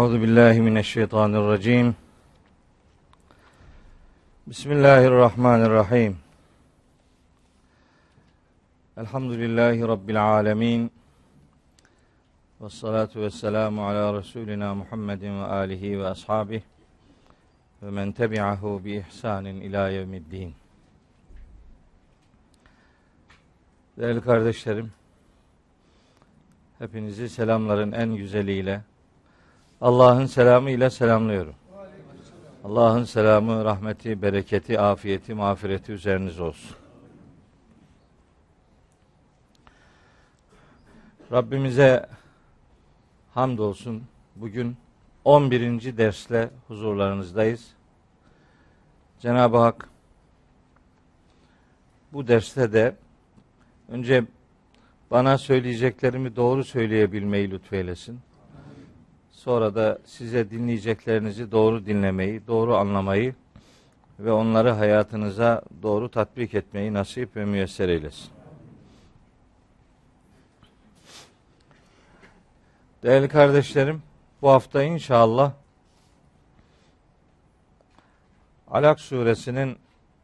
Euzu billahi mineşşeytanirracim. Bismillahirrahmanirrahim. Elhamdülillahi rabbil alamin. Ves salatu vesselamu ala resulina Muhammedin ve alihi ve ashabihi ve men tebi'ahu bi ihsanin ila yevmiddin. Değerli kardeşlerim, hepinizi selamların en güzeliyle, Allah'ın selamı ile selamlıyorum. Allah'ın selamı, rahmeti, bereketi, afiyeti, mağfireti üzerinize olsun. Rabbimize hamdolsun. Bugün 11. dersle huzurlarınızdayız. Cenab-ı Hak bu derste de önce bana söyleyeceklerimi doğru söyleyebilmeyi lütfeylesin. Sonra da size dinleyeceklerinizi doğru dinlemeyi, doğru anlamayı ve onları hayatınıza doğru tatbik etmeyi nasip ve müyesser eylesin. Değerli kardeşlerim, bu hafta inşallah Alak suresinin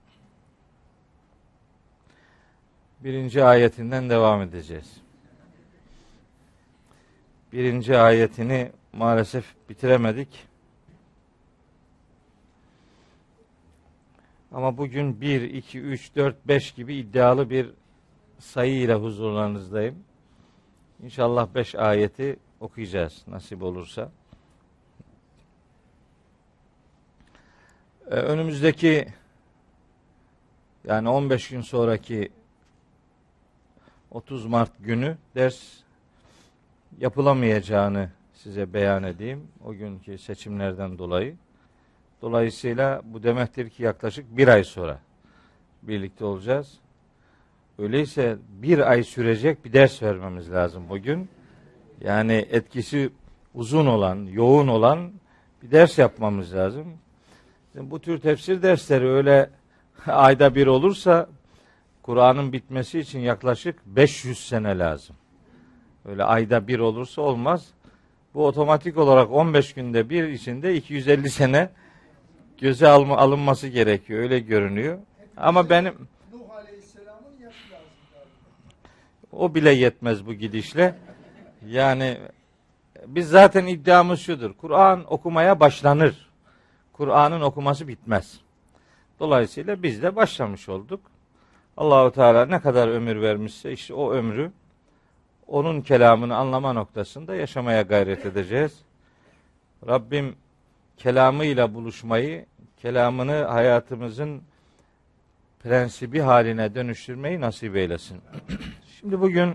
1. ayetinden devam edeceğiz. 1. ayetini maalesef bitiremedik. Ama bugün 1, 2, 3, 4, 5 gibi iddialı bir sayı ile huzurlarınızdayım. İnşallah 5 ayeti okuyacağız nasip olursa. Önümüzdeki yani 15 gün sonraki 30 Mart günü ders yapılamayacağını size beyan edeyim. O günkü seçimlerden dolayı. Dolayısıyla bu demektir ki yaklaşık 1 ay sonra birlikte olacağız. Öyleyse 1 ay sürecek bir ders vermemiz lazım bugün. Yani etkisi uzun olan, yoğun olan bir ders yapmamız lazım. Şimdi bu tür tefsir dersleri öyle ayda bir olursa Kur'an'ın bitmesi için yaklaşık 500 sene lazım. Öyle ayda bir olursa olmaz. Bu otomatik olarak 15 günde bir içinde 250 sene göze alınması gerekiyor. Öyle görünüyor. Ama benim Nuh Aleyhisselam'ın yaşı lazım. o bile yetmez bu gidişle. Yani biz zaten iddiamız şudur. Kur'an okumaya başlanır. Kur'an'ın okuması bitmez. Dolayısıyla biz de başlamış olduk. Allah-u Teala ne kadar ömür vermişse işte o ömrü onun kelamını anlama noktasında yaşamaya gayret edeceğiz. Rabbim kelamıyla buluşmayı, kelamını hayatımızın prensibi haline dönüştürmeyi nasip eylesin. Şimdi bugün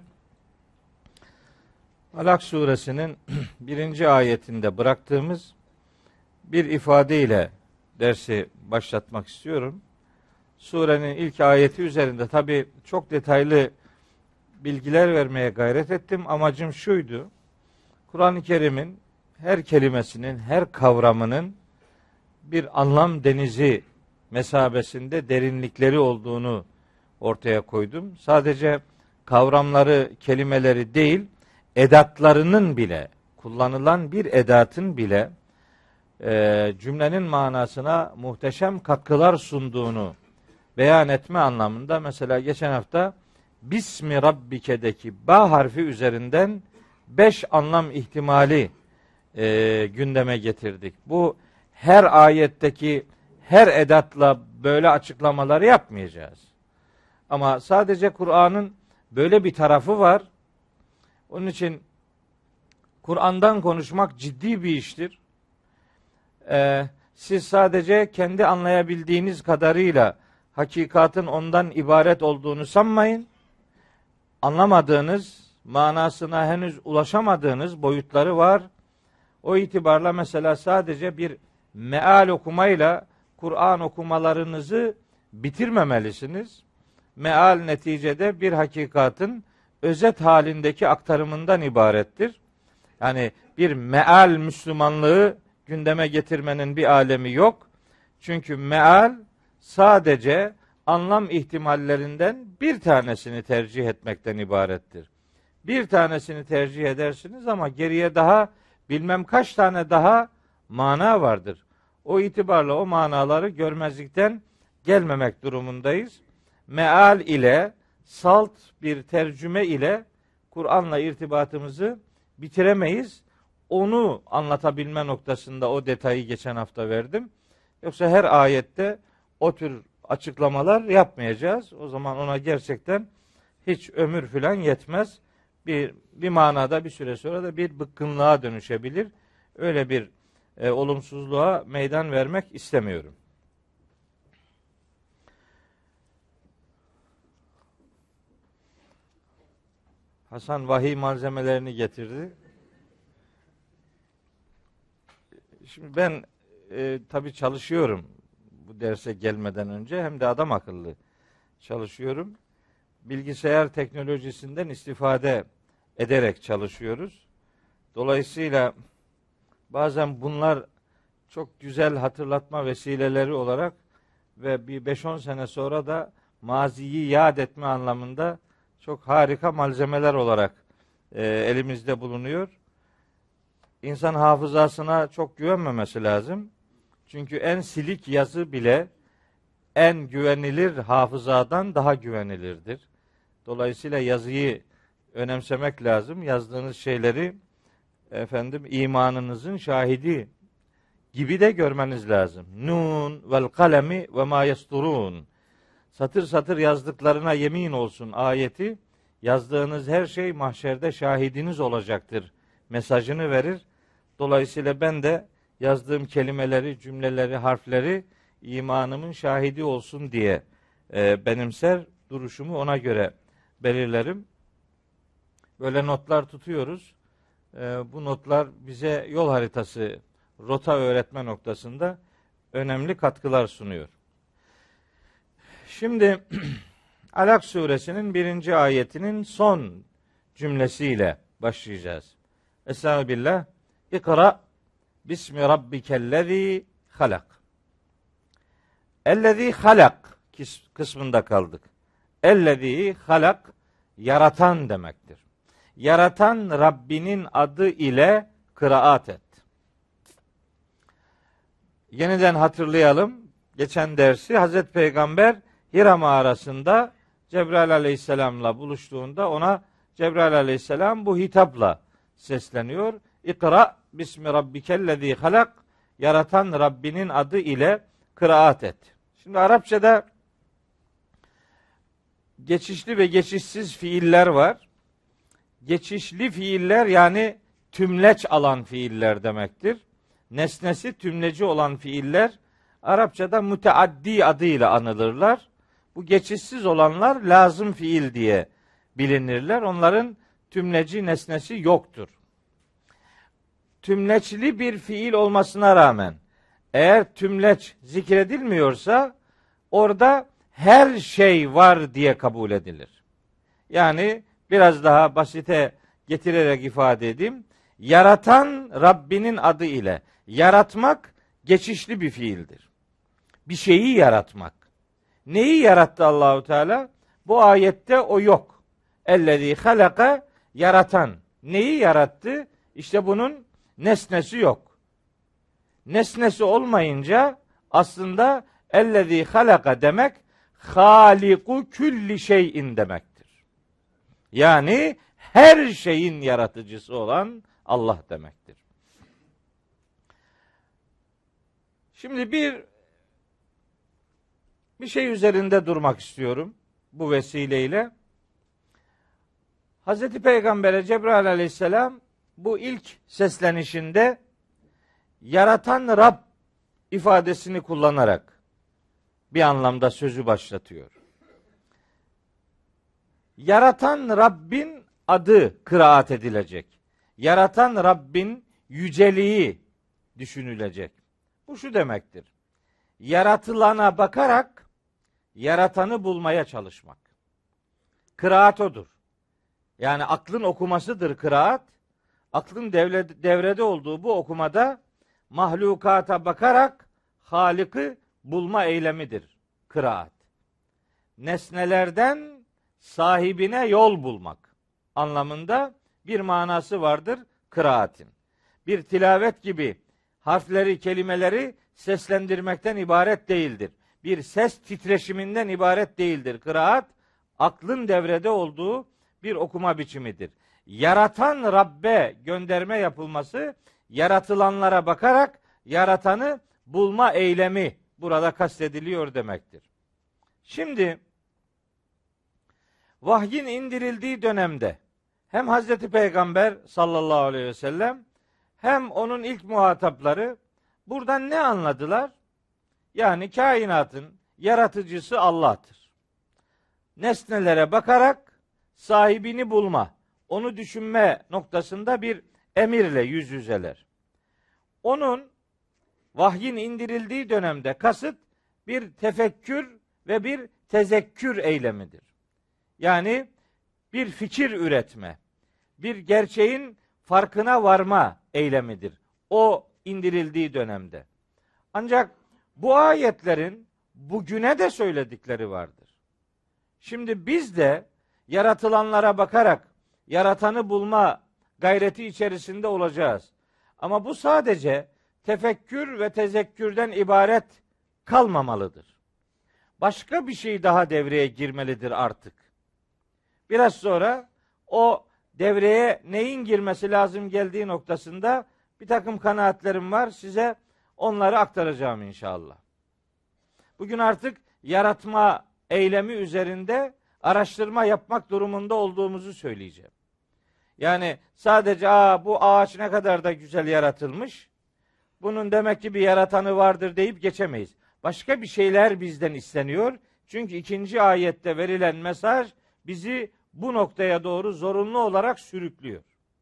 Alak suresinin 1. ayetinde bıraktığımız bir ifadeyle dersi başlatmak istiyorum. Surenin ilk ayeti üzerinde tabii çok detaylı bilgiler vermeye gayret ettim. Amacım şuydu. Kur'an-ı Kerim'in her kelimesinin, her kavramının bir anlam denizi mesabesinde derinlikleri olduğunu ortaya koydum. Sadece kavramları, kelimeleri değil, edatlarının bile, kullanılan bir edatın bile cümlenin manasına muhteşem katkılar sunduğunu beyan etme anlamında. Mesela geçen hafta Bismi Rabbike'deki ba harfi üzerinden 5 anlam ihtimali gündeme getirdik. Bu her ayetteki her edatla böyle açıklamaları yapmayacağız. Ama sadece Kur'an'ın böyle bir tarafı var. Onun için Kur'an'dan konuşmak ciddi bir iştir. Siz sadece kendi anlayabildiğiniz kadarıyla hakikatin ondan ibaret olduğunu sanmayın. Anlamadığınız, manasına henüz ulaşamadığınız boyutları var. O itibarla mesela sadece bir meal okumayla Kur'an okumalarınızı bitirmemelisiniz. Meal neticede bir hakikatin özet halindeki aktarımından ibarettir. Yani bir meal Müslümanlığı gündeme getirmenin bir alemi yok. Çünkü meal sadece anlam ihtimallerinden bir tanesini tercih etmekten ibarettir. Bir tanesini tercih edersiniz ama geriye daha bilmem kaç tane daha mana vardır. O itibarla o manaları görmezlikten gelmemek durumundayız. Meal ile, salt bir tercüme ile Kur'an'la irtibatımızı bitiremeyiz. Onu anlatabilme noktasında o detayı geçen hafta verdim. Yoksa her ayette o tür açıklamalar yapmayacağız. O zaman ona gerçekten hiç ömür filan yetmez. Bir manada bir süre sonra da bir bıkkınlığa dönüşebilir. Öyle bir olumsuzluğa meydan vermek istemiyorum. Hasan vahiy malzemelerini getirdi. Şimdi ben tabii çalışıyorum bu derse gelmeden önce, hem de adam akıllı çalışıyorum. Bilgisayar teknolojisinden istifade ederek çalışıyoruz. Dolayısıyla bazen bunlar çok güzel hatırlatma vesileleri olarak ve bir 5-10 sene sonra da maziyi yad etme anlamında çok harika malzemeler olarak elimizde bulunuyor. İnsan hafızasına çok güvenmemesi lazım. Çünkü en silik yazı bile en güvenilir hafızadan daha güvenilirdir. Dolayısıyla yazıyı önemsemek lazım. Yazdığınız şeyleri imanınızın şahidi gibi de görmeniz lazım. Nun vel kalemi ve ma yasturun. Satır satır yazdıklarına yemin olsun ayeti, yazdığınız her şey mahşerde şahidiniz olacaktır mesajını verir. Dolayısıyla ben de yazdığım kelimeleri, cümleleri, harfleri imanımın şahidi olsun diye benimser, duruşumu ona göre belirlerim. Böyle notlar tutuyoruz. Bu notlar bize yol haritası, rota öğretme noktasında önemli katkılar sunuyor. Şimdi Alak suresinin 1. ayetinin son cümlesiyle başlayacağız. Estağfirullah. İkra bismi rabbikellezî halak. Ellezî halak kısmında kaldık. Ellezî halak yaratan demektir. Yaratan Rabbinin adı ile kıraat et. Yeniden hatırlayalım. Geçen dersi Hazreti Peygamber Hira mağarasında Cebrail aleyhisselamla buluştuğunda ona Cebrail aleyhisselam bu hitapla sesleniyor. İkra bismi rabbikellezî halak, yaratan Rabbinin adı ile kıraat et. Şimdi Arapçada geçişli ve geçişsiz fiiller var. Geçişli fiiller yani tümleç alan fiiller demektir. Nesnesi tümleci olan fiiller Arapçada müteaddi adıyla anılırlar. Bu geçişsiz olanlar lazım fiil diye bilinirler. Onların tümleci nesnesi yoktur. Tümleçli bir fiil olmasına rağmen eğer tümleç zikredilmiyorsa orada her şey var diye kabul edilir. Yani biraz daha basite getirerek ifade edeyim. Yaratan Rabbinin adı ile. Yaratmak geçişli bir fiildir. Bir şeyi yaratmak. Neyi yarattı Allahu Teala? Bu ayette o yok. Ellezî halaka, yaratan. Neyi yarattı? İşte bunun nesnesi yok. Nesnesi olmayınca aslında ellezî halaka demek haliku külli şeyin demektir. Yani her şeyin yaratıcısı olan Allah demektir. Şimdi bir şey üzerinde durmak istiyorum bu vesileyle. Hazreti Peygamber'e Cebrail aleyhisselam bu ilk seslenişinde yaratan Rab ifadesini kullanarak bir anlamda sözü başlatıyor. Yaratan Rabbin adı kıraat edilecek. Yaratan Rabbin yüceliği düşünülecek. Bu şu demektir. Yaratılana bakarak yaratanı bulmaya çalışmak. Kıraat odur. Yani aklın okumasıdır kıraat. Aklın devrede olduğu bu okumada mahlukata bakarak Halık'ı bulma eylemidir kıraat. Nesnelerden sahibine yol bulmak anlamında bir manası vardır kıraatin. bir tilavet gibi harfleri, kelimeleri seslendirmekten ibaret değildir. Bir ses titreşiminden ibaret değildir. Kıraat, aklın devrede olduğu bir okuma biçimidir. Yaratan Rabbe gönderme yapılması, yaratılanlara bakarak yaratanı bulma eylemi burada kastediliyor demektir. Şimdi vahyin indirildiği dönemde hem Hazreti Peygamber sallallahu aleyhi ve sellem hem onun ilk muhatapları buradan ne anladılar? Yani kainatın yaratıcısı Allah'tır. Nesnelere bakarak sahibini bulma, onu düşünme noktasında bir emirle yüz yüzeler. Onun vahyin indirildiği dönemde kasıt bir tefekkür ve bir tezekkür eylemidir. Yani bir fikir üretme, bir gerçeğin farkına varma eylemidir. O indirildiği dönemde. Ancak bu ayetlerin bugüne de söyledikleri vardır. Şimdi biz de yaratılanlara bakarak yaratanı bulma gayreti içerisinde olacağız. Ama bu sadece tefekkür ve tezekkürden ibaret kalmamalıdır. Başka bir şey daha devreye girmelidir artık. Biraz sonra o devreye neyin girmesi lazım geldiği noktasında bir takım kanaatlerim var. Size onları aktaracağım inşallah. Bugün artık yaratma eylemi üzerinde araştırma yapmak durumunda olduğumuzu söyleyeceğim. Yani sadece bu ağaç ne kadar da güzel yaratılmış, bunun demek ki bir yaratanı vardır deyip geçemeyiz. Başka bir şeyler bizden isteniyor. Çünkü ikinci ayette verilen mesaj bizi bu noktaya doğru zorunlu olarak sürüklüyor.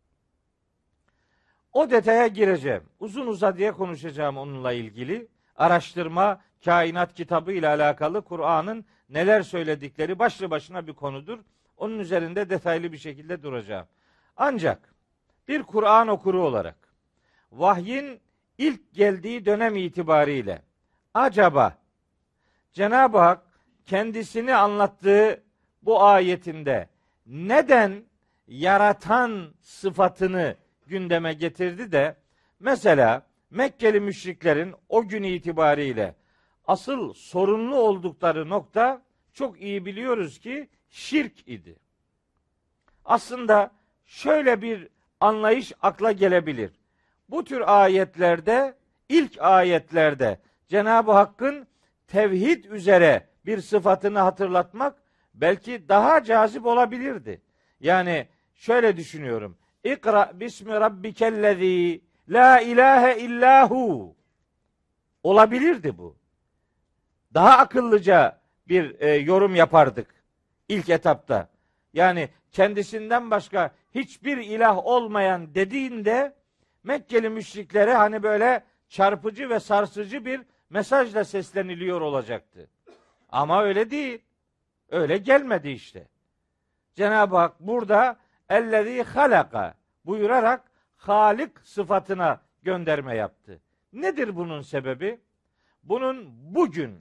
O detaya gireceğim. Uzun uzadıya konuşacağım onunla ilgili. Araştırma, kainat kitabı ile alakalı Kur'an'ın neler söyledikleri başlı başına bir konudur. Onun üzerinde detaylı bir şekilde duracağım. Ancak bir Kur'an okuru olarak vahyin ilk geldiği dönem itibariyle acaba Cenab-ı Hak kendisini anlattığı bu ayetinde neden yaratan sıfatını gündeme getirdi de mesela Mekkeli müşriklerin o gün itibariyle asıl sorunlu oldukları nokta çok iyi biliyoruz ki şirk idi. Aslında şöyle bir anlayış akla gelebilir. Bu tür ayetlerde, ilk ayetlerde Cenab-ı Hakk'ın tevhid üzere bir sıfatını hatırlatmak belki daha cazip olabilirdi. Yani şöyle düşünüyorum. İkra bismi rabbikellezî la ilahe illahu. Olabilirdi bu. Daha akıllıca bir yorum yapardık ilk etapta. Yani kendisinden başka hiçbir ilah olmayan dediğinde Mekkeli müşriklere hani böyle çarpıcı ve sarsıcı bir mesajla sesleniliyor olacaktı. Ama öyle değil. Öyle gelmedi işte. Cenab-ı Hak burada ellezî halaka buyurarak Halik sıfatına gönderme yaptı. Nedir bunun sebebi? Bunun bugün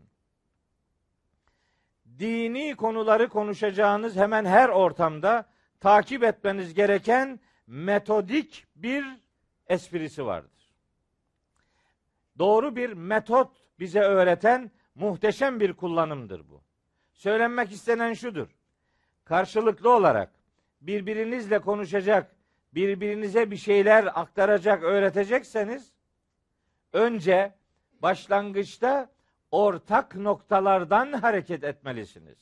dini konuları konuşacağınız hemen her ortamda takip etmeniz gereken metodik bir esprisi vardır. Doğru bir metot bize öğreten muhteşem bir kullanımdır bu. Söylenmek istenen şudur. Karşılıklı olarak birbirinizle konuşacak, birbirinize bir şeyler aktaracak, öğretecekseniz önce başlangıçta ortak noktalardan hareket etmelisiniz.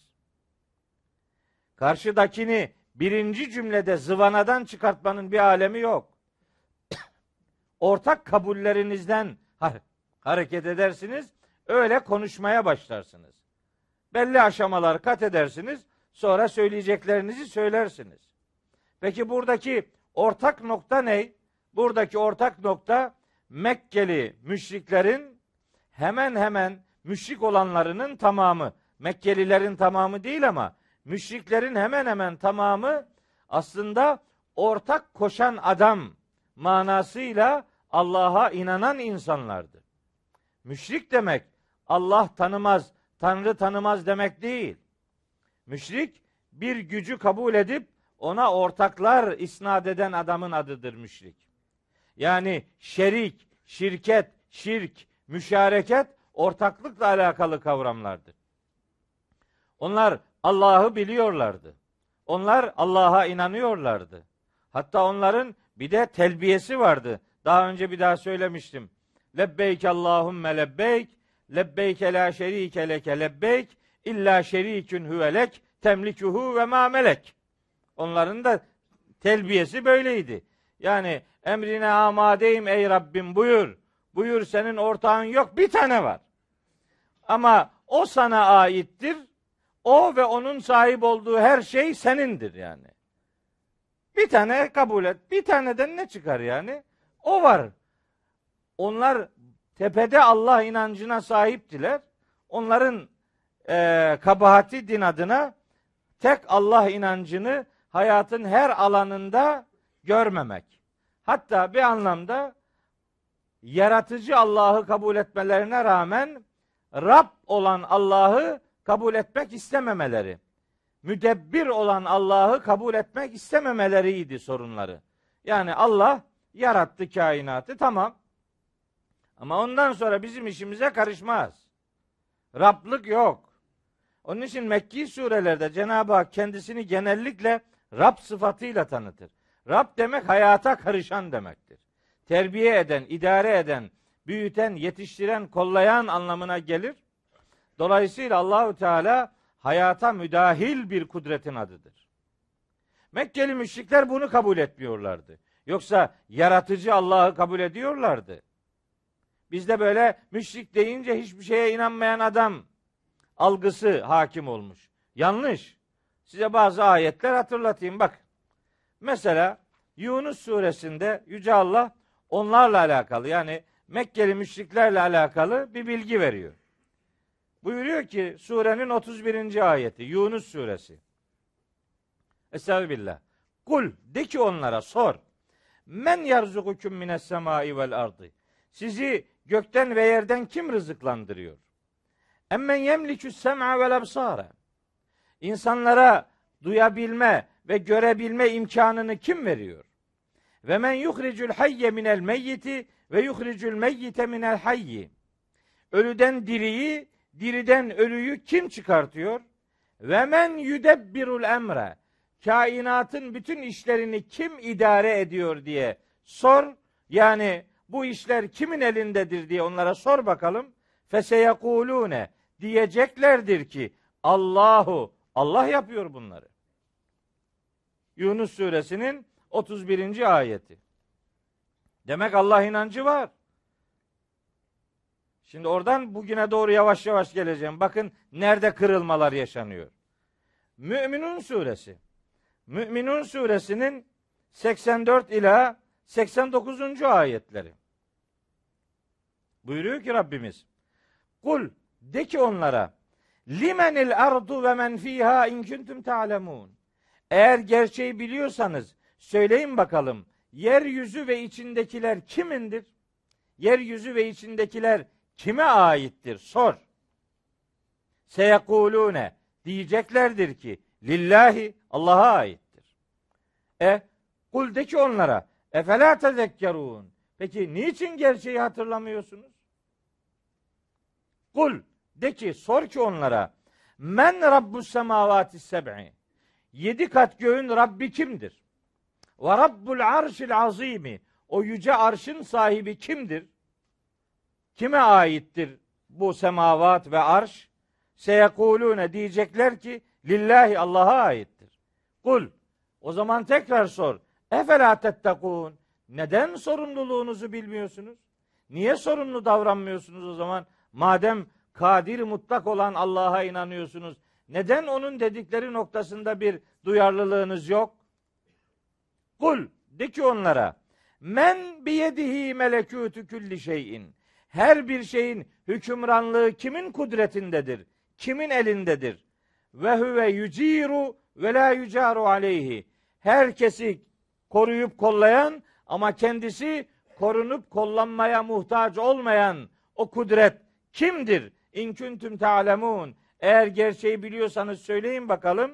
Karşıdakini birinci cümlede zıvanadan çıkartmanın bir alemi yok. Ortak kabullerinizden hareket edersiniz, öyle konuşmaya başlarsınız. Belli aşamalar kat edersiniz, sonra söyleyeceklerinizi söylersiniz. Peki buradaki ortak nokta ne? Buradaki ortak nokta Mekkeli müşriklerin hemen hemen müşrik olanlarının tamamı, Mekkelilerin tamamı değil ama müşriklerin hemen hemen tamamı aslında ortak koşan adam manasıyla Allah'a inanan insanlardı. Müşrik demek Allah tanımaz, Tanrı tanımaz demek değil. Müşrik bir gücü kabul edip ona ortaklar isnat eden adamın adıdır müşrik. Yani şerik, şirket, şirk, müşareket, ortaklıkla alakalı kavramlardır. Onlar Allah'ı biliyorlardı. Onlar Allah'a inanıyorlardı. Hatta onların bir de telbiyesi vardı. Daha önce bir daha söylemiştim. Lebbeyk Allahümme lebbeyk, lebbeyke la şerike leke lebbeyk, illa şerikün huvelek, temlikuhu ve ma melek. Onların da telbiyesi böyleydi. Yani emrine amadeyim ey Rabbim buyur. Buyur senin ortağın yok, bir tane var. Ama o sana aittir. O ve onun sahip olduğu her şey senindir yani. Bir tane kabul et. Bir taneden ne çıkar yani? O var. Onlar tepede Allah inancına sahiptiler. Onların kabahati din adına tek Allah inancını hayatın her alanında görmemek. Hatta bir anlamda yaratıcı Allah'ı kabul etmelerine rağmen Rab olan Allah'ı kabul etmek istememeleri, müdebbir olan Allah'ı kabul etmek istememeleriydi sorunları. Yani Allah yarattı kainatı, tamam. Ama ondan sonra bizim işimize karışmaz. Rablık yok. Onun için Mekki surelerde Cenab-ı Hak kendisini genellikle Rab sıfatıyla tanıtır. Rab demek hayata karışan demektir. Terbiye eden, idare eden, büyüten, yetiştiren, kollayan anlamına gelir. Dolayısıyla Allahu Teala hayata müdahil bir kudretin adıdır. Mekkeli müşrikler bunu kabul etmiyorlardı. Yoksa yaratıcı Allah'ı kabul ediyorlardı. Bizde böyle müşrik deyince hiçbir şeye inanmayan adam algısı hakim olmuş. Yanlış. Size bazı ayetler hatırlatayım. Bak. Mesela Yunus suresinde Yüce Allah onlarla alakalı, yani Mekkeli müşriklerle alakalı bir bilgi veriyor. Buyuruyor ki surenin 31. ayeti Yunus suresi. Estağfirullah. Kul, de ki onlara, sor. Men yerzukukum mines semai vel ardı. Sizi gökten ve yerden kim rızıklandırıyor? Emmen yemlikü sem'a vel absara. İnsanlara duyabilme ve görebilme imkanını kim veriyor? Ve men yuhricul hayye minel meyyiti ve yuhricul meyyite minel hayyi. Ölüden diriyi, diriden ölüyü kim çıkartıyor? Ve men yudebbirul emre. Kainatın bütün işlerini kim idare ediyor diye sor. Yani bu işler kimin elindedir diye onlara sor bakalım. Feseyekulune, diyeceklerdir ki Allahu, Allah yapıyor bunları. Yunus suresinin 31. ayeti. Demek Allah inancı var. Şimdi oradan bugüne doğru yavaş yavaş geleceğim. Bakın nerede kırılmalar yaşanıyor. Müminun suresi. Müminun suresinin 84 ila 89. ayetleri. Buyuruyor ki Rabbimiz, kul, de ki onlara, limenil ardu ve men fiha in kuntum ta'lemun. Eğer gerçeği biliyorsanız söyleyin bakalım, yeryüzü ve içindekiler kimindir? Yeryüzü ve içindekiler kime aittir? Sor. Seyekulune, diyeceklerdir ki lillahi, Allah'a aittir. Kul, de ki onlara, efela tezekkerun. Peki niçin gerçeği hatırlamıyorsunuz? Kul, de ki, sor ki onlara, men rabbus semavati seb'i. 7 kat göğün Rabbi kimdir? Ve rabbul arşil azimi. O yüce arşın sahibi kimdir? Kime aittir bu semavat ve arş? Seyekulune, diyecekler ki lillahi, Allah'a aittir. Kul, o zaman tekrar sor. Efela tettekûn. Neden sorumluluğunuzu bilmiyorsunuz? Niye sorumlu davranmıyorsunuz o zaman? Madem kadir mutlak olan Allah'a inanıyorsunuz, neden onun dedikleri noktasında bir duyarlılığınız yok? Kul, de ki onlara, men biyedihi melekûtü külli şeyin. Her bir şeyin hükümranlığı kimin kudretindedir? Kimin elindedir? Ve huve yuciru ve la yucaru aleyhi. Herkesi koruyup kollayan ama kendisi korunup kollanmaya muhtaç olmayan o kudret kimdir? İn kuntum ta'lemun. Eğer gerçeği biliyorsanız söyleyin bakalım.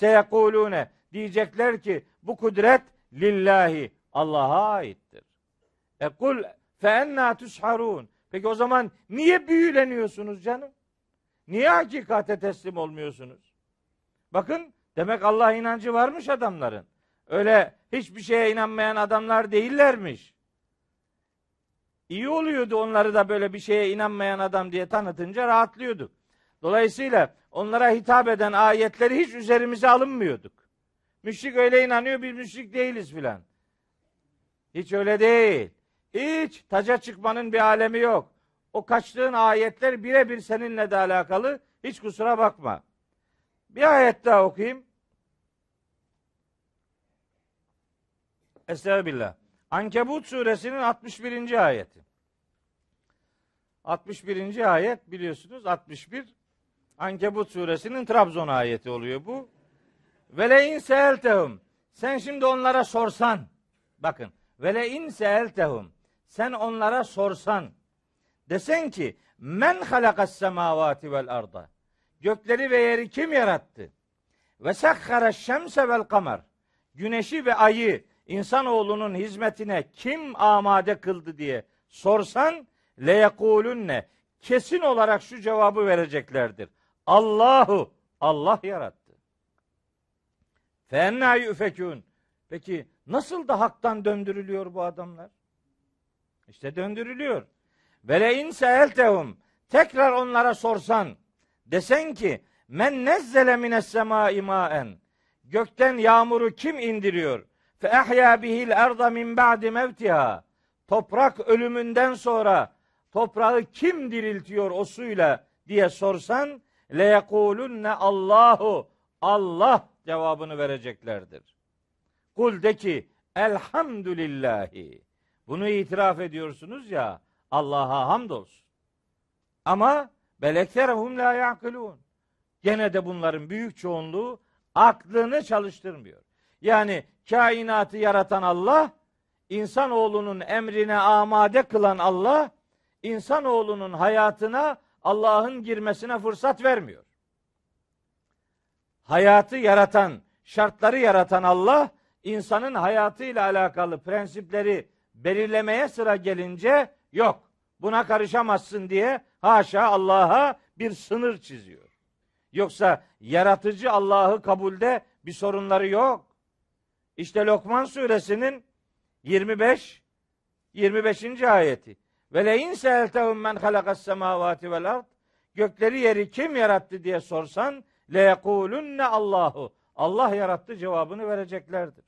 Seyekulune, diyecekler ki bu kudret lillahi, Allah'a aittir. Kul fe enna tusharun. Peki o zaman niye büyüleniyorsunuz canım? Niye hakikate teslim olmuyorsunuz? Bakın, demek Allah inancı varmış adamların. Öyle hiçbir şeye inanmayan adamlar değillermiş. İyi oluyordu onları da böyle bir şeye inanmayan adam diye tanıtınca rahatlıyorduk. Dolayısıyla onlara hitap eden ayetleri hiç üzerimize alınmıyorduk. Müşrik öyle inanıyor, biz müşrik değiliz filan. Hiç öyle değil. Hiç taca çıkmanın bir alemi yok. O kaçtığın ayetler birebir seninle de alakalı. Hiç kusura bakma. Bir ayet daha okuyayım. Estağfirullah. Ankebut suresinin 61. ayeti. 61. ayet biliyorsunuz 61. Ankebut suresinin Trabzon ayeti oluyor bu. Ve le in seeltehum. Sen şimdi onlara sorsan. Bakın. Ve le in seeltehum. Sen onlara sorsan. Desen ki men halakas semavati vel arda. Gökleri ve yeri kim yarattı? Ve sakhara şemse vel kamer. Güneşi ve ayı insanoğlunun hizmetine kim amade kıldı diye sorsan le yekulunne. Kesin olarak şu cevabı vereceklerdir. Allahu, Allah yarattı. Fe enna yufekun. Peki nasıl da haktan döndürülüyor bu adamlar? İşte döndürülüyor. Ve le in seeltehum. Tekrar onlara sorsan, desen ki men nezzele mines semâi mâen. Gökten yağmuru kim indiriyor? Fe ehya bihil erda min ba'di mevtiha. Toprak ölümünden sonra toprağı kim diriltiyor o suyla diye sorsan le yekulunne Allahu, Allah cevabını vereceklerdir. Kul de ki elhamdülillahi. Bunu itiraf ediyorsunuz ya, Allah'a hamdolsun. Ama belekterhum la ya'kilun. Gene de bunların büyük çoğunluğu aklını çalıştırmıyor. Yani kainatı yaratan Allah, insanoğlunun emrine amade kılan Allah, insanoğlunun hayatına Allah'ın girmesine fırsat vermiyor. Hayatı yaratan, şartları yaratan Allah, insanın hayatıyla alakalı prensipleri belirlemeye sıra gelince yok, buna karışamazsın diye haşa Allah'a bir sınır çiziyor. Yoksa yaratıcı Allah'ı kabulde bir sorunları yok. İşte Lokman suresinin 25. ayeti. Ve le in seeltehum men halakas semavati vel ard. Gökleri yeri kim yarattı diye sorsan le yekulunne Allahu. Allah yarattı cevabını vereceklerdir.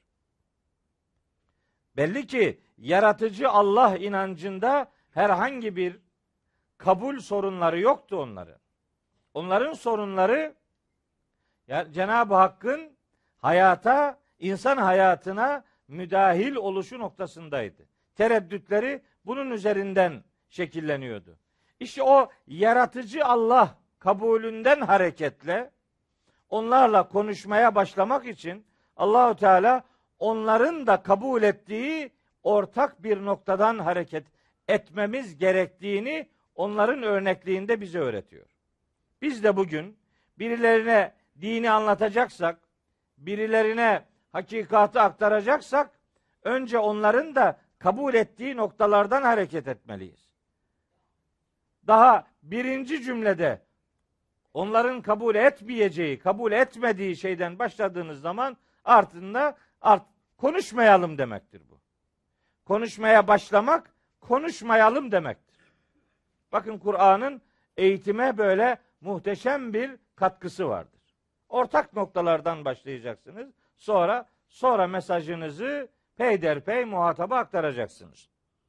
Belli ki yaratıcı Allah inancında herhangi bir kabul sorunları yoktu onların. Onların sorunları Cenab-ı Hakk'ın hayata, insan hayatına müdahil oluşu noktasındaydı. Tereddütleri bunun üzerinden şekilleniyordu. İşte o yaratıcı Allah kabulünden hareketle onlarla konuşmaya başlamak için Allahu Teala onların da kabul ettiği ortak bir noktadan hareket etmemiz gerektiğini onların örnekliğinde bize öğretiyor. Biz de bugün birilerine dini anlatacaksak, birilerine hakikati aktaracaksak, önce onların da kabul ettiği noktalardan hareket etmeliyiz. Daha birinci cümlede onların kabul etmeyeceği, kabul etmediği şeyden başladığınız zaman ardında konuşmayalım demektir bu. Konuşmaya başlamak, konuşmayalım demektir. Bakın Kur'an'ın eğitime böyle muhteşem bir katkısı vardır. Ortak noktalardan başlayacaksınız. Sonra mesajınızı peyderpey muhataba aktaracaksınız.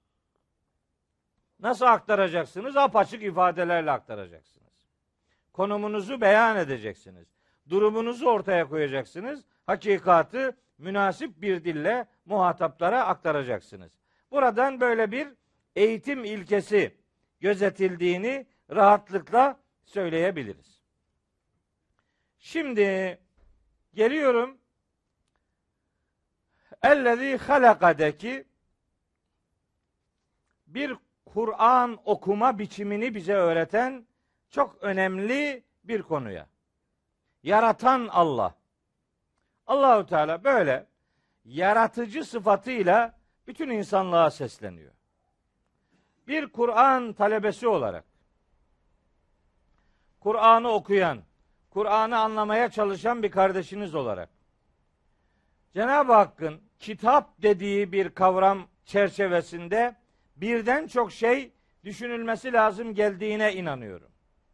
Nasıl aktaracaksınız? Apaçık ifadelerle aktaracaksınız. Konumunuzu beyan edeceksiniz. Durumunuzu ortaya koyacaksınız. Hakikatı münasip bir dille muhataplara aktaracaksınız. Buradan böyle bir eğitim ilkesi gözetildiğini rahatlıkla söyleyebiliriz. Şimdi geliyorum ellezî halakadeki bir Kur'an okuma biçimini bize öğreten çok önemli bir konuya. Yaratan Allah. Allahu Teala böyle yaratıcı sıfatıyla bütün insanlığa sesleniyor. bir Kur'an talebesi olarak, Kur'an'ı okuyan, Kur'an'ı anlamaya çalışan bir kardeşiniz olarak, Cenab-ı Hakk'ın kitap dediği bir kavram çerçevesinde birden çok şey düşünülmesi lazım geldiğine inanıyorum.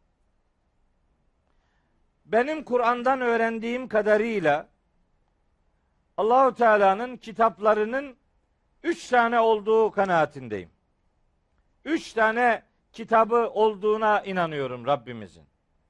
Benim Kur'an'dan öğrendiğim kadarıyla Allahu Teala'nın kitaplarının 3 tane olduğu kanaatindeyim. 3 tane kitabı olduğuna inanıyorum Rabbimizin.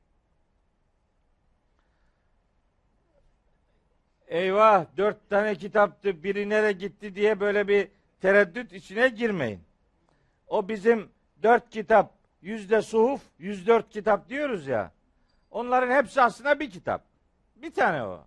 Eyvah 4 tane kitaptı, biri nereye gitti diye böyle bir tereddüt içine girmeyin. O bizim 4 kitap, 100'de suhuf, 104 kitap diyoruz ya. Onların hepsi aslında bir kitap. Bir tane o.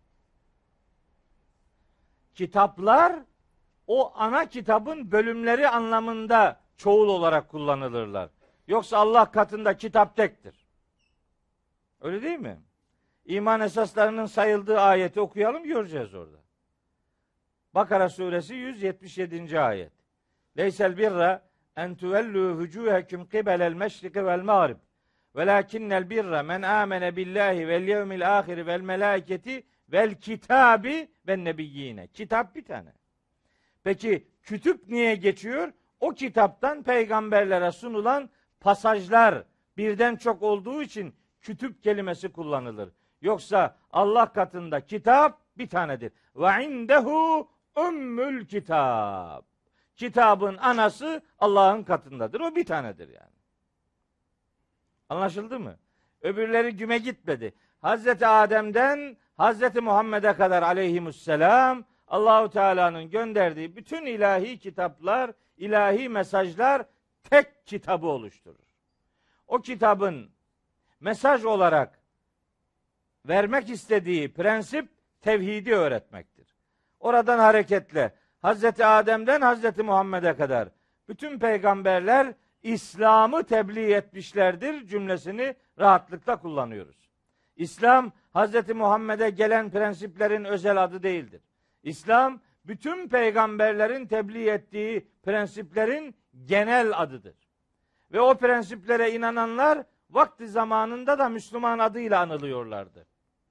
Kitaplar o ana kitabın bölümleri anlamında çoğul olarak kullanılırlar. Yoksa Allah katında kitap tektir. Öyle değil mi? İman esaslarının sayıldığı ayeti okuyalım, göreceğiz orada. Bakara suresi 177. ayet. Leysel birra en tuvellu vucuhekum qibelel meşriki vel mağrib. Velakinnel birra men amene billahi vel yevmil ahiri vel melaiketi vel kitabi ven nebiyyine. Kitap bir tane. Peki kütüp niye geçiyor? O kitaptan peygamberlere sunulan pasajlar birden çok olduğu için kütüp kelimesi kullanılır. Yoksa Allah katında kitap bir tanedir. Ve indehu ümmül kitab. Kitabın anası Allah'ın katındadır. O bir tanedir yani. Anlaşıldı mı? Öbürleri güme gitmedi. Hazreti Adem'den Hazreti Muhammed'e kadar aleyhisselam Allahu Teala'nın gönderdiği bütün ilahi kitaplar, ilahi mesajlar tek kitabı oluşturur. O kitabın mesaj olarak vermek istediği prensip tevhidi öğretmektir. Oradan hareketle Hazreti Adem'den Hazreti Muhammed'e kadar bütün peygamberler İslam'ı tebliğ etmişlerdir cümlesini rahatlıkla kullanıyoruz. İslam Hazreti Muhammed'e gelen prensiplerin özel adı değildir. İslam bütün peygamberlerin tebliğ ettiği prensiplerin genel adıdır. Ve o prensiplere inananlar vakti zamanında da Müslüman adıyla anılıyorlardı.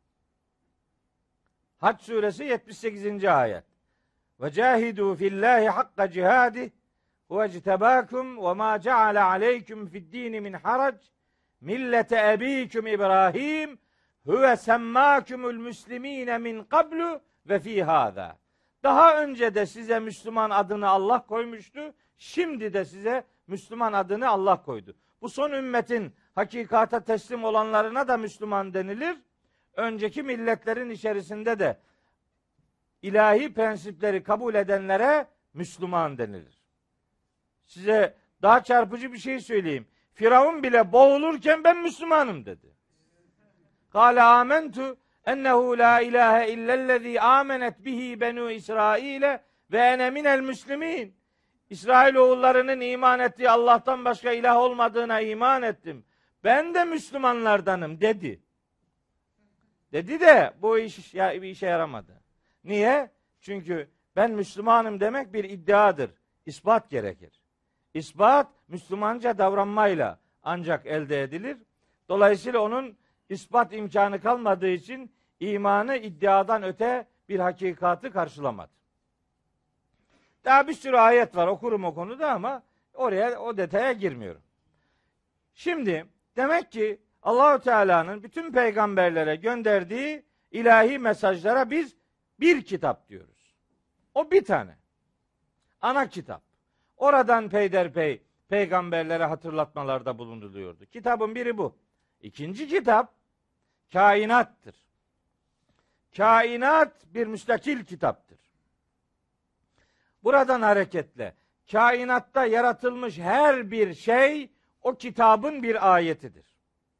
Hac suresi 78. ayet. Ve cahidu fillahi hakka cihadi ve ectebakum ve ma ceale aleykum fid dini min harac millete ebikum İbrahim huve semmâkumul müslimîne min qablu ve fî hâzâ. Daha önce de size Müslüman adını Allah koymuştu. Şimdi de size Müslüman adını Allah koydu. Bu son ümmetin hakikata teslim olanlarına da Müslüman denilir. Önceki milletlerin içerisinde de ilahi prensipleri kabul edenlere Müslüman denilir. Size daha çarpıcı bir şey söyleyeyim. Firavun bile boğulurken ben Müslümanım dedi. Kâle âmentu ennehu la ilahe illellezî âmenet bihi benû İsraîle ve ene minel müslimîn. İsrailoğullarının iman ettiği Allah'tan başka ilah olmadığına iman ettim. Ben de Müslümanlardanım dedi. Dedi de bu iş bir işe yaramadı. Niye? Çünkü ben Müslümanım demek bir iddiadır. İspat gerekir. İspat Müslümanca davranmayla ancak elde edilir. Dolayısıyla onun ispat imkanı kalmadığı için imanı iddiadan öte bir hakikatı karşılamadı. Daha bir sürü ayet var, okurum o konuda ama oraya o detaya girmiyorum. Şimdi demek ki Allahu Teala'nın bütün peygamberlere gönderdiği ilahi mesajlara biz bir kitap diyoruz. O bir tane. Ana kitap. Oradan peyderpey peygamberlere hatırlatmalarda bulunuluyordu. Kitabın biri bu. İkinci kitap kainattır. Kainat bir müstakil kitaptır. Buradan hareketle kainatta yaratılmış her bir şey o kitabın bir ayetidir.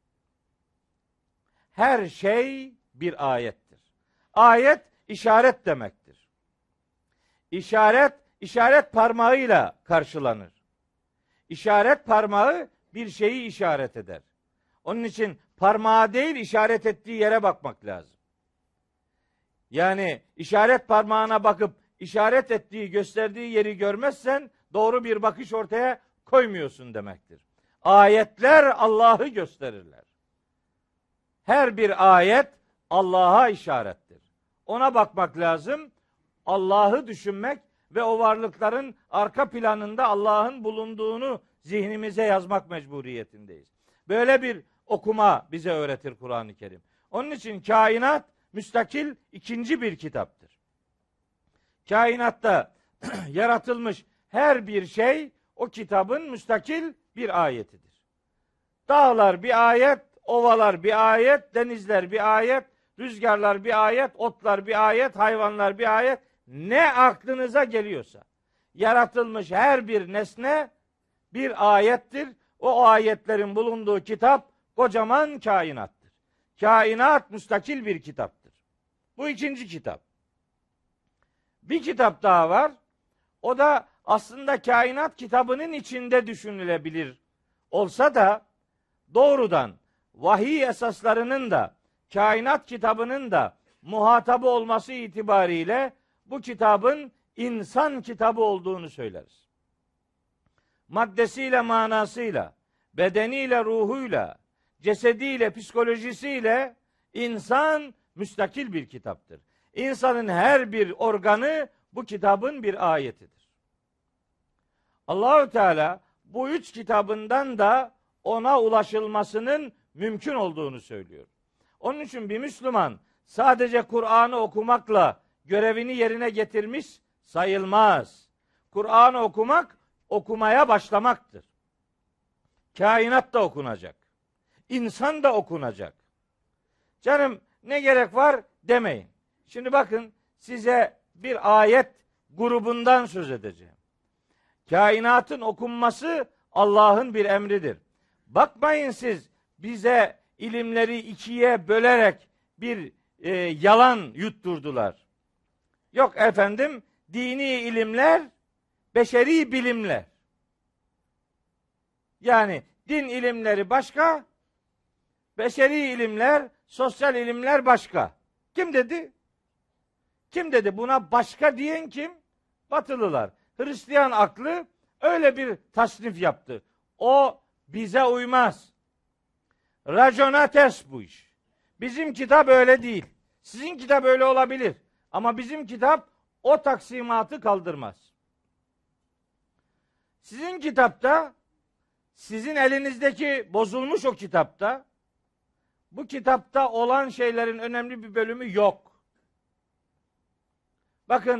Her şey bir ayettir. Ayet işaret demektir. İşaret parmağıyla karşılanır. İşaret parmağı bir şeyi işaret eder. Onun için parmağı değil işaret ettiği yere bakmak lazım. Yani işaret parmağına bakıp işaret ettiği, gösterdiği yeri görmezsen doğru bir bakış ortaya koymuyorsun demektir. Ayetler Allah'ı gösterirler. Her bir ayet Allah'a işarettir. Ona bakmak lazım. Allah'ı düşünmek ve o varlıkların arka planında Allah'ın bulunduğunu zihnimize yazmak mecburiyetindeyiz. Böyle bir okuma bize öğretir Kur'an-ı Kerim. Onun için kainat müstakil ikinci bir kitaptır. Kainatta yaratılmış her bir şey o kitabın müstakil bir ayetidir. Dağlar bir ayet, ovalar bir ayet, denizler bir ayet, rüzgarlar bir ayet, otlar bir ayet, hayvanlar bir ayet. Ne aklınıza geliyorsa yaratılmış her bir nesne bir ayettir. O ayetlerin bulunduğu kitap kocaman kainattır. Kainat müstakil bir kitaptır. Bu ikinci kitap. Bir kitap daha var. O da aslında kainat kitabının içinde düşünülebilir olsa da doğrudan vahiy esaslarının da kainat kitabının da muhatabı olması itibariyle bu kitabın insan kitabı olduğunu söyleriz. Maddesiyle, manasıyla, bedeniyle, ruhuyla, cesediyle, psikolojisiyle insan müstakil bir kitaptır. İnsanın her bir organı bu kitabın bir ayetidir. Allahu Teala bu üç kitabından da ona ulaşılmasının mümkün olduğunu söylüyor. Onun için bir Müslüman sadece Kur'an'ı okumakla görevini yerine getirmiş sayılmaz. Kur'an'ı okumak, okumaya başlamaktır. Kainat da okunacak. İnsan da okunacak. Canım ne gerek var demeyin. Şimdi bakın size bir ayet grubundan söz edeceğim. Kainatın okunması Allah'ın bir emridir. Bakmayın siz bize ilimleri ikiye bölerek bir yalan yutturdular. Yok efendim, dini ilimler, beşeri bilimler. Yani din ilimleri başka, beşeri ilimler, sosyal ilimler başka. Kim dedi? Kim dedi? Buna başka diyen kim? Batılılar. Hristiyan aklı öyle bir tasnif yaptı. O bize uymaz. Raconates bu iş. Bizim kitap öyle değil. Sizin kitap öyle olabilir. Ama bizim kitap o taksimatı kaldırmaz. Sizin kitapta, sizin elinizdeki bozulmuş o kitapta, bu kitapta olan şeylerin önemli bir bölümü yok. Bakın,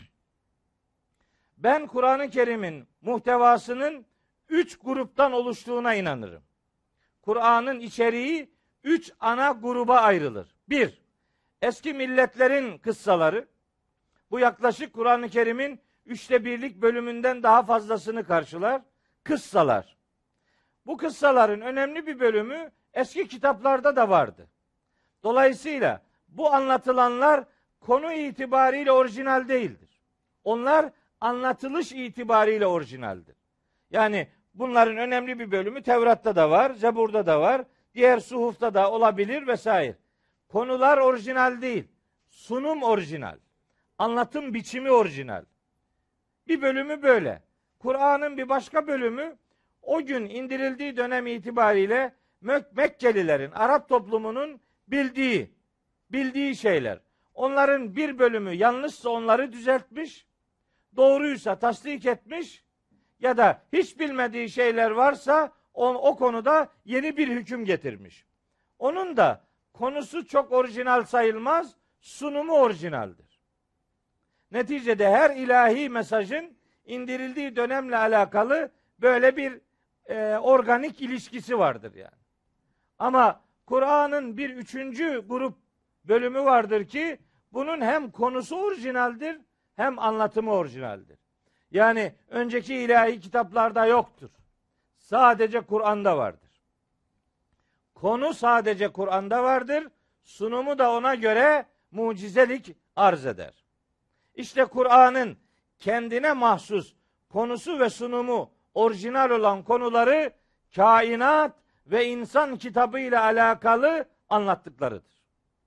ben Kur'an-ı Kerim'in muhtevasının 3 gruptan oluştuğuna inanırım. Kur'an'ın içeriği 3 ana gruba ayrılır. 1. Eski milletlerin kıssaları. Bu yaklaşık Kur'an-ı Kerim'in 1/3 bölümünden daha fazlasını karşılar. Kıssalar. Bu kıssaların önemli bir bölümü eski kitaplarda da vardı. Dolayısıyla bu anlatılanlar konu itibariyle orijinal değildir. Onlar anlatılış itibariyle orijinaldir. Yani bunların önemli bir bölümü Tevrat'ta da var, Zebur'da da var, diğer suhufta da olabilir vesaire. Konular orijinal değil, sunum orijinal, anlatım biçimi orijinal. Bir bölümü böyle. Kur'an'ın bir başka bölümü o gün indirildiği dönem itibariyle Mekkelilerin, Arap toplumunun bildiği şeyler. Onların bir bölümü yanlışsa onları düzeltmiş, doğruysa tasdik etmiş ya da hiç bilmediği şeyler varsa o konuda yeni bir hüküm getirmiş. Onun da konusu çok orijinal sayılmaz, sunumu orijinaldir. Neticede her ilahi mesajın indirildiği dönemle alakalı böyle bir organik ilişkisi vardır yani. Ama Kur'an'ın bir 3. grup bölümü vardır ki bunun hem konusu orijinaldir hem anlatımı orijinaldir. Yani önceki ilahi kitaplarda yoktur. Sadece Kur'an'da vardır. Konu sadece Kur'an'da vardır. Sunumu da ona göre mucizelik arz eder. İşte Kur'an'ın kendine mahsus konusu ve sunumu orijinal olan konuları kainat ve insan kitabı ile alakalı anlattıklarıdır.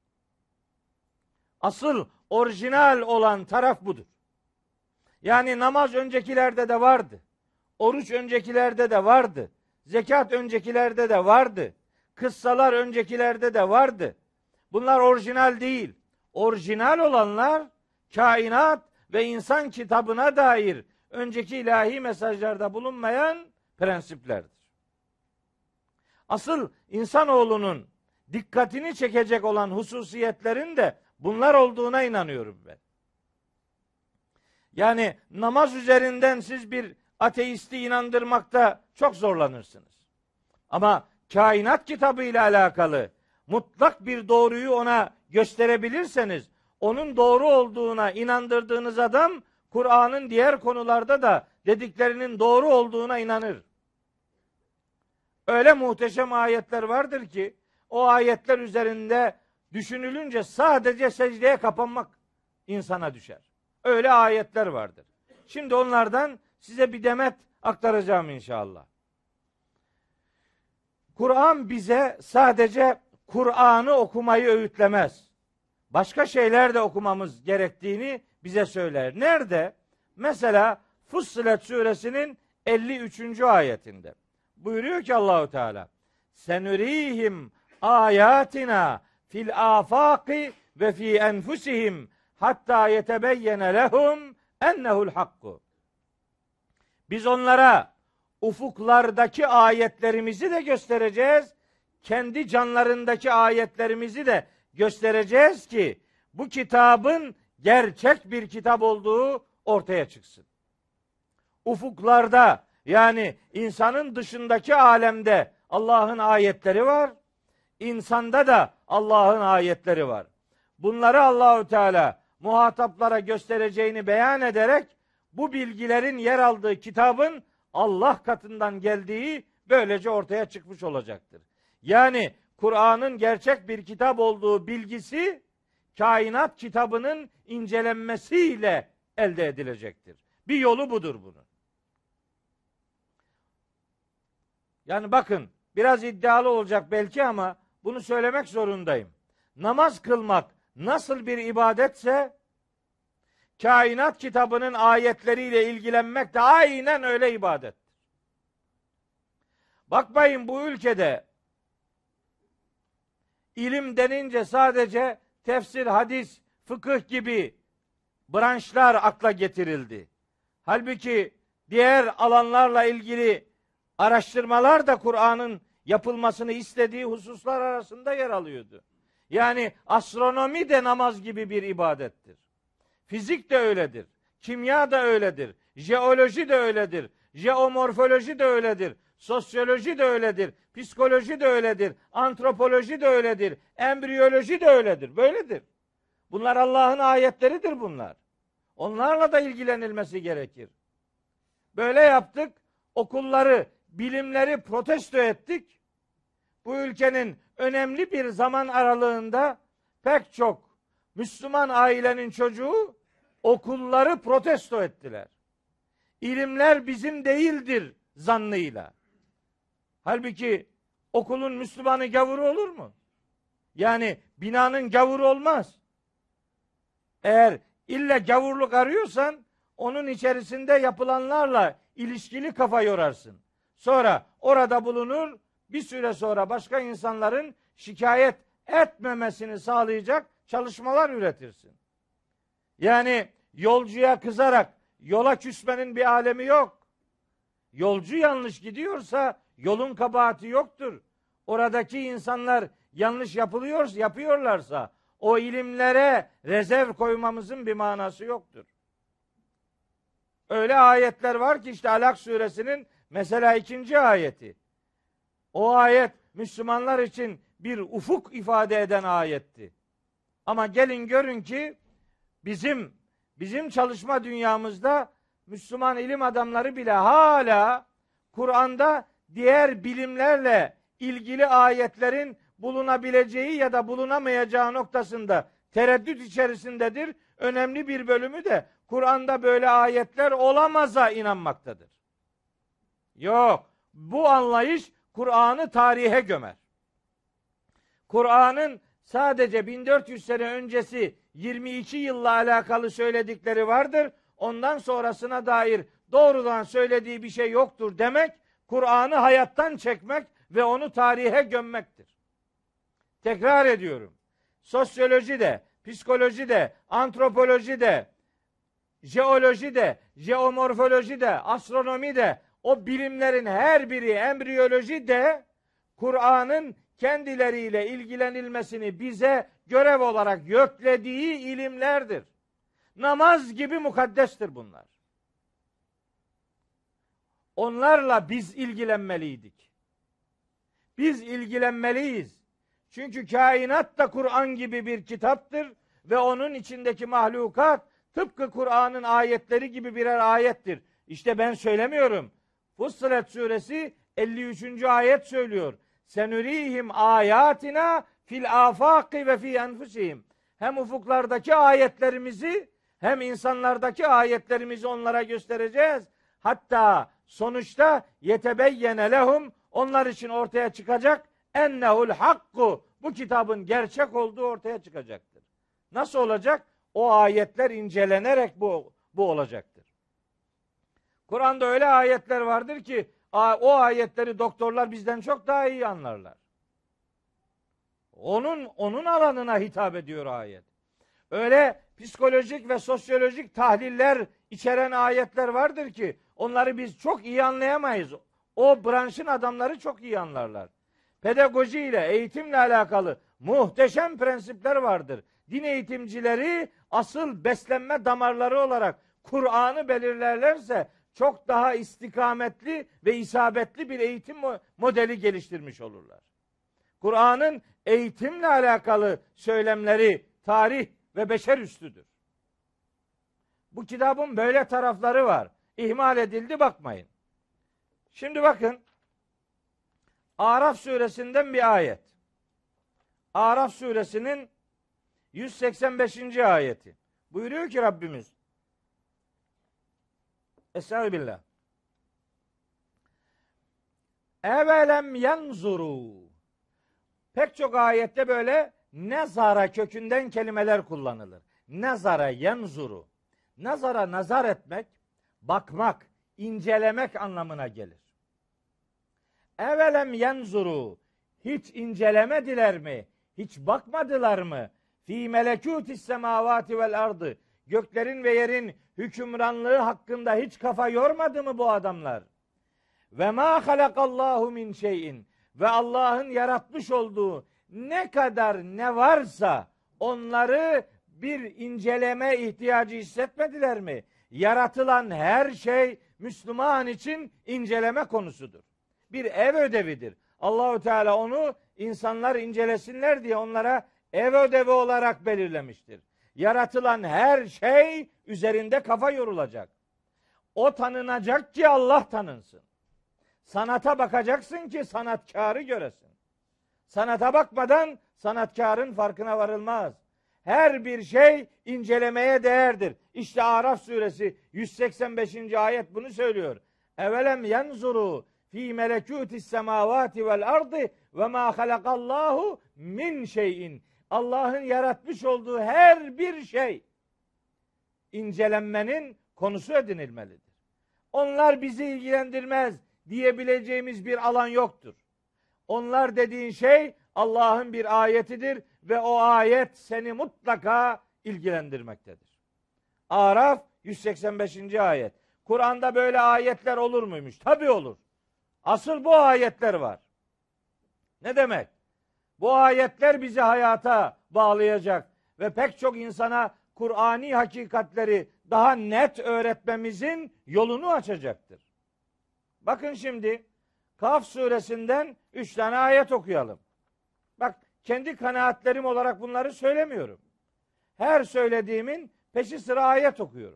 Asıl orijinal olan taraf budur. Yani namaz öncekilerde de vardı. Oruç öncekilerde de vardı. Zekat öncekilerde de vardı. Kıssalar öncekilerde de vardı. Bunlar orijinal değil. Orijinal olanlar kainat ve insan kitabına dair önceki ilahi mesajlarda bulunmayan prensiplerdir. Asıl insanoğlunun dikkatini çekecek olan hususiyetlerin de bunlar olduğuna inanıyorum ben. Yani namaz üzerinden siz bir ateisti inandırmakta çok zorlanırsınız. Ama kainat kitabı ile alakalı mutlak bir doğruyu ona gösterebilirseniz, onun doğru olduğuna inandırdığınız adam, Kur'an'ın diğer konularda da dediklerinin doğru olduğuna inanır. Öyle muhteşem ayetler vardır ki, o ayetler üzerinde düşünülünce sadece secdeye kapanmak insana düşer. Öyle ayetler vardır. Şimdi onlardan size bir demet aktaracağım inşallah. Kur'an bize sadece Kur'an'ı okumayı öğütlemez. Başka şeyler de okumamız gerektiğini bize söyler. Nerede? Mesela Fussilet suresinin 53. ayetinde. Buyuruyor ki Allahu Teala: "Senurihim ayatina fil afaki ve fi enfusihim hatta yetebeyyene lehum ennehu'l hakku." Biz onlara ufuklardaki ayetlerimizi de göstereceğiz, kendi canlarındaki ayetlerimizi de göstereceğiz ki bu kitabın gerçek bir kitap olduğu ortaya çıksın. Ufuklarda, yani insanın dışındaki alemde Allah'ın ayetleri var. İnsanda da Allah'ın ayetleri var. Bunları Allahu Teala muhataplara göstereceğini beyan ederek bu bilgilerin yer aldığı kitabın Allah katından geldiği böylece ortaya çıkmış olacaktır. Yani Kur'an'ın gerçek bir kitap olduğu bilgisi kainat kitabının incelenmesiyle elde edilecektir. Bir yolu budur bunun. Yani bakın, biraz iddialı olacak belki ama bunu söylemek zorundayım. Namaz kılmak nasıl bir ibadetse, kainat kitabının ayetleriyle ilgilenmek de aynen öyle ibadettir. Bakmayın, bu ülkede ilim denince sadece tefsir, hadis, fıkıh gibi branşlar akla getirildi. Halbuki diğer alanlarla ilgili araştırmalar da Kur'an'ın yapılmasını istediği hususlar arasında yer alıyordu. Yani astronomi de namaz gibi bir ibadettir. Fizik de öyledir. Kimya da öyledir. Jeoloji de öyledir. Jeomorfoloji de öyledir. Sosyoloji de öyledir. Psikoloji de öyledir. Antropoloji de öyledir. Embriyoloji de öyledir. Böyledir. Bunlar Allah'ın ayetleridir bunlar. Onlarla da ilgilenilmesi gerekir. Böyle yaptık. Okulları, bilimleri protesto ettik. Bu ülkenin önemli bir zaman aralığında pek çok Müslüman ailenin çocuğu okulları protesto ettiler. İlimler bizim değildir zannıyla. Halbuki okulun Müslümanı gavuru olur mu? Yani binanın gavuru olmaz. Eğer illa gavurluk arıyorsan onun içerisinde yapılanlarla ilişkili kafa yorarsın. Sonra orada bulunur, bir süre sonra başka insanların şikayet etmemesini sağlayacak çalışmalar üretirsin. Yani yolcuya kızarak yola küsmenin bir alemi yok. Yolcu yanlış gidiyorsa yolun kabahati yoktur. Oradaki insanlar yanlış yapıyorlarsa o ilimlere rezerv koymamızın bir manası yoktur. Öyle ayetler var ki işte Alak suresinin mesela 2. ayeti. O ayet Müslümanlar için bir ufuk ifade eden ayetti. Ama gelin görün ki bizim çalışma dünyamızda Müslüman ilim adamları bile hala Kur'an'da diğer bilimlerle ilgili ayetlerin bulunabileceği ya da bulunamayacağı noktasında tereddüt içerisindedir. Önemli bir bölümü de Kur'an'da böyle ayetler olamaza inanmaktadır. Yok, bu anlayış Kur'an'ı tarihe gömer. Kur'an'ın sadece 1400 sene öncesi 22 yılla alakalı söyledikleri vardır. Ondan sonrasına dair doğrudan söylediği bir şey yoktur demek, Kur'an'ı hayattan çekmek ve onu tarihe gömmektir. Tekrar ediyorum. Sosyoloji de, psikoloji de, antropoloji de, jeoloji de, jeomorfoloji de, astronomi de, o bilimlerin her biri, embriyoloji de Kur'an'ın kendileriyle ilgilenilmesini bize görev olarak yüklediği ilimlerdir. Namaz gibi mukaddestir bunlar. Onlarla biz ilgilenmeliydik. Biz ilgilenmeliyiz. Çünkü kainat da Kur'an gibi bir kitaptır ve onun içindeki mahlukat tıpkı Kur'an'ın ayetleri gibi birer ayettir. İşte ben söylemiyorum. Fussilet suresi 53. ayet söylüyor. Senurihim ayatina fil afaki ve fi enfusihim. Hem ufuklardaki ayetlerimizi hem insanlardaki ayetlerimizi onlara göstereceğiz. Hatta sonuçta yetebeyyene lehum, onlar için ortaya çıkacak ennehul hakku, bu kitabın gerçek olduğu ortaya çıkacaktır. Nasıl olacak? O ayetler incelenerek bu olacaktır. Kur'an'da öyle ayetler vardır ki o ayetleri doktorlar bizden çok daha iyi anlarlar. Onun alanına hitap ediyor ayet. Öyle psikolojik ve sosyolojik tahliller içeren ayetler vardır ki onları biz çok iyi anlayamayız. O branşın adamları çok iyi anlarlar. Pedagoji ile, eğitimle alakalı muhteşem prensipler vardır. Din eğitimcileri asıl beslenme damarları olarak Kur'an'ı belirlerlerse çok daha istikametli ve isabetli bir eğitim modeli geliştirmiş olurlar. Kur'an'ın eğitimle alakalı söylemleri tarih ve beşer üstüdür. Bu kitabın böyle tarafları var. İhmal edildi, bakmayın. Şimdi bakın. Araf suresinden bir ayet. Araf suresinin 185. ayeti. Buyuruyor ki Rabbimiz. Estağfirullah. Evelem yanzuru. Pek çok ayette böyle nezara kökünden kelimeler kullanılır. Nezara yanzuru. Nazara nazar etmek, bakmak, incelemek anlamına gelir. Evelem yanzuru. Hiç incelemediler mi? Hiç bakmadılar mı? Fi melekutis semavati vel ardı. Göklerin ve yerin hükümranlığı hakkında hiç kafa yormadı mı bu adamlar? Ve ma halakallahu min şeyin. Ve Allah'ın yaratmış olduğu ne kadar ne varsa onları bir inceleme ihtiyacı hissetmediler mi? Yaratılan her şey Müslüman için inceleme konusudur. Bir ev ödevidir. Allahu Teala onu insanlar incelesinler diye onlara ev ödevi olarak belirlemiştir. Yaratılan her şey üzerinde kafa yorulacak. O tanınacak ki Allah tanınsın. Sanata bakacaksın ki sanatkarı göresin. Sanata bakmadan sanatkarın farkına varılmaz. Her bir şey incelemeye değerdir. İşte Araf suresi 185. ayet bunu söylüyor. Evelem yanzuru fi melekutis semavati vel ardı ve ma halakallahu min şeyin. Allah'ın yaratmış olduğu her bir şey incelenmenin konusu edinilmelidir. Onlar bizi ilgilendirmez diyebileceğimiz bir alan yoktur. Onlar dediğin şey Allah'ın bir ayetidir ve o ayet seni mutlaka ilgilendirmektedir. Araf 185. ayet. Kur'an'da böyle ayetler olur muymuş? Tabii olur. Asıl bu ayetler var. Ne demek? Bu ayetler bizi hayata bağlayacak ve pek çok insana Kur'ani hakikatleri daha net öğretmemizin yolunu açacaktır. Bakın şimdi Kaf suresinden 3 tane ayet okuyalım. Bak, kendi kanaatlerim olarak bunları söylemiyorum. Her söylediğimin peşi sıra ayet okuyorum.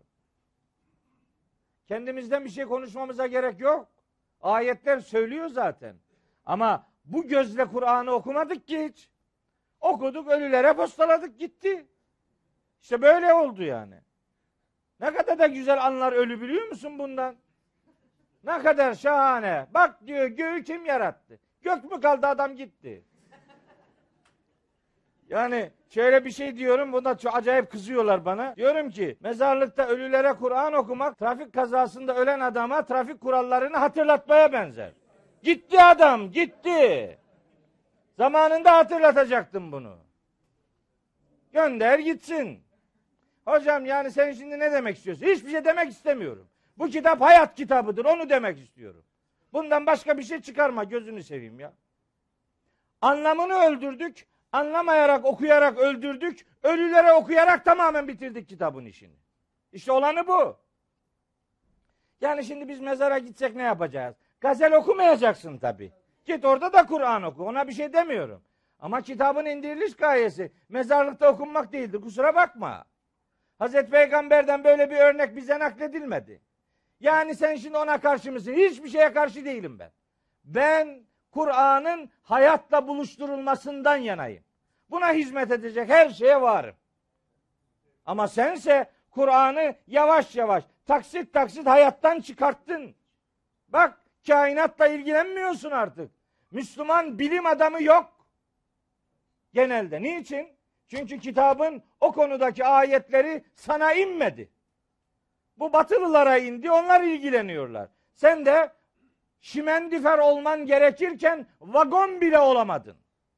Kendimizden bir şey konuşmamıza gerek yok. Ayetler söylüyor zaten. Ama bu gözle Kur'an'ı okumadık ki hiç. Okuduk, ölülere postaladık, gitti. İşte böyle oldu yani. Ne kadar da güzel anlar ölü, biliyor musun bundan? Ne kadar şahane. Bak diyor, göğü kim yarattı? Gök mü kaldı, adam gitti. Yani şöyle bir şey diyorum, bunda çok acayip kızıyorlar bana. Diyorum ki mezarlıkta ölülere Kur'an okumak trafik kazasında ölen adama trafik kurallarını hatırlatmaya benzer. Gitti adam, gitti. Zamanında hatırlatacaktım bunu. Gönder gitsin. Hocam yani sen şimdi ne demek istiyorsun? Hiçbir şey demek istemiyorum. Bu kitap hayat kitabıdır, onu demek istiyorum. Bundan başka bir şey çıkarma, gözünü seveyim ya. Anlamını öldürdük, anlamayarak okuyarak öldürdük, ölülere okuyarak tamamen bitirdik kitabın işini. İşte olanı bu. Yani şimdi biz mezara gitsek ne yapacağız? Gazel okumayacaksın tabii. Git orada da Kur'an oku, ona bir şey demiyorum. Ama kitabın indiriliş gayesi mezarlıkta okunmak değildir, kusura bakma. Hazreti Peygamber'den böyle bir örnek bize nakledilmedi. Yani sen şimdi ona karşı mısın? Hiçbir şeye karşı değilim ben. Ben Kur'an'ın hayatla buluşturulmasından yanayım. Buna hizmet edecek her şeye varım. Ama sense Kur'an'ı yavaş yavaş, taksit taksit hayattan çıkarttın. Bak, kainatla ilgilenmiyorsun artık. Müslüman bilim adamı yok. Genelde. Niçin? Çünkü kitabın o konudaki ayetleri sana inmedi. Bu batılılara indi, onlar ilgileniyorlar. Sen de şimendifer olman gerekirken vagon bile olamadın.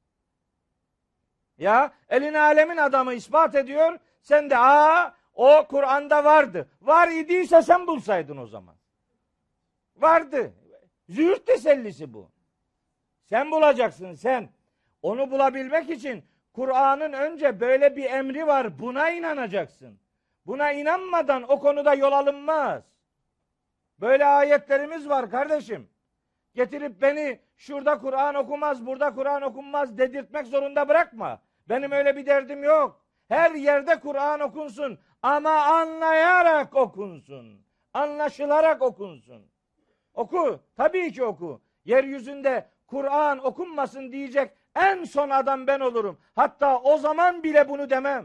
Ya elin alemin adamı ispat ediyor, sen de o Kur'an'da vardı. Var idiyse sen bulsaydın o zaman. Vardı. Zühd tesellisi bu. Sen bulacaksın, sen. Onu bulabilmek için Kur'an'ın önce böyle bir emri var, buna inanacaksın. Buna inanmadan o konuda yol alınmaz. Böyle ayetlerimiz var kardeşim. Getirip beni şurada Kur'an okumaz, burada Kur'an okunmaz dedirtmek zorunda bırakma. Benim öyle bir derdim yok. Her yerde Kur'an okunsun ama anlayarak okunsun. Anlaşılarak okunsun. Oku, tabii ki oku. Yeryüzünde Kur'an okunmasın diyecek en son adam ben olurum. Hatta o zaman bile bunu demem.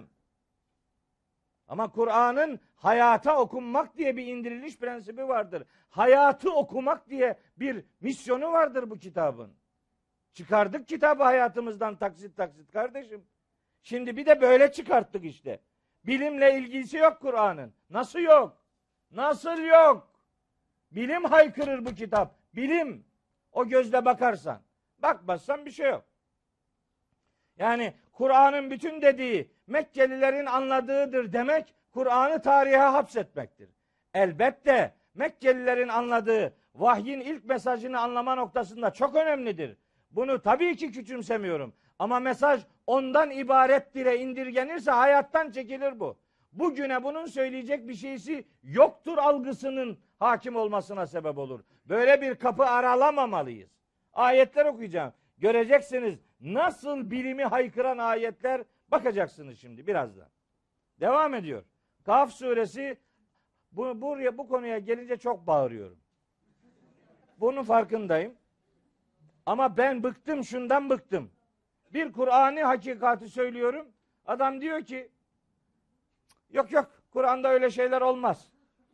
Ama Kur'an'ın hayata okunmak diye bir indiriliş prensibi vardır. Hayatı okumak diye bir misyonu vardır bu kitabın. Çıkardık kitabı hayatımızdan taksit taksit kardeşim. Şimdi bir de böyle çıkarttık işte. Bilimle ilgisi yok Kur'an'ın. Nasıl yok? Nasıl yok? Bilim haykırır bu kitap. Bilim. O gözle bakarsan. Bakmazsan bir şey yok. Yani Kur'an'ın bütün dediği Mekkelilerin anladığıdır demek, Kur'an'ı tarihe hapsetmektir. Elbette Mekkelilerin anladığı vahyin ilk mesajını anlama noktasında çok önemlidir. Bunu tabii ki küçümsemiyorum. Ama mesaj ondan ibaret dire indirgenirse hayattan çekilir bu. Bugüne bunun söyleyecek bir şeysi yoktur algısının hakim olmasına sebep olur. Böyle bir kapı aralamamalıyız. Ayetler okuyacağım. Göreceksiniz nasıl bilimi haykıran ayetler, bakacaksınız şimdi birazdan. Devam ediyor. Kaf suresi, bu konuya gelince çok bağırıyorum. Bunun farkındayım. Ama ben bıktım, şundan bıktım. Bir Kur'an'ı hakikati söylüyorum. Adam diyor ki yok Kur'an'da öyle şeyler olmaz.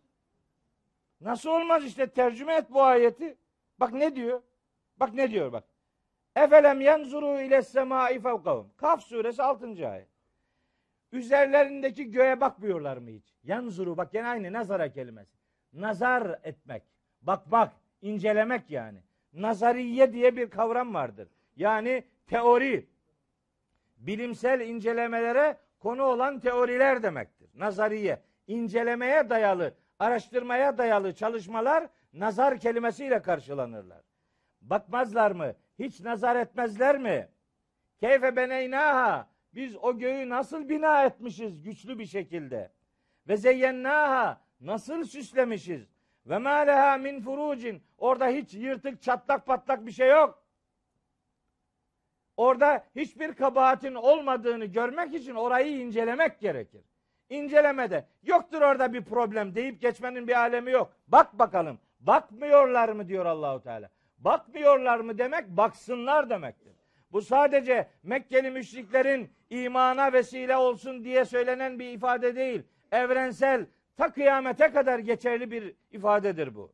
Nasıl olmaz işte, tercüme et bu ayeti. Bak ne diyor? Bak. Efelem yenzuru ile semai fevkahum. Kaf suresi 6. ayet. Üzerlerindeki göğe bakmıyorlar mı hiç? Yenzuru, bak gene aynı nazara kelimesi. Nazar etmek. Bak, incelemek yani. Nazariye diye bir kavram vardır. Yani teori. Bilimsel incelemelere konu olan teoriler demektir. Nazariye. İncelemeye dayalı, araştırmaya dayalı çalışmalar nazar kelimesiyle karşılanırlar. Bakmazlar mı? Hiç nazar etmezler mi? Keyfe beneynaha. Biz o göğü nasıl bina etmişiz güçlü bir şekilde. Ve zeyyennaha. Nasıl süslemişiz. Ve ma leha min furucin. Orada hiç yırtık, çatlak, patlak bir şey yok. Orada hiçbir kabahatin olmadığını görmek için orayı incelemek gerekir. İncelemede yoktur orada bir problem deyip geçmenin bir alemi yok. Bak bakalım. Bakmıyorlar mı diyor Allahu Teala. Bakmıyorlar mı demek, baksınlar demektir. Bu sadece Mekkeli müşriklerin imana vesile olsun diye söylenen bir ifade değil. Evrensel, ta kıyamete kadar geçerli bir ifadedir bu.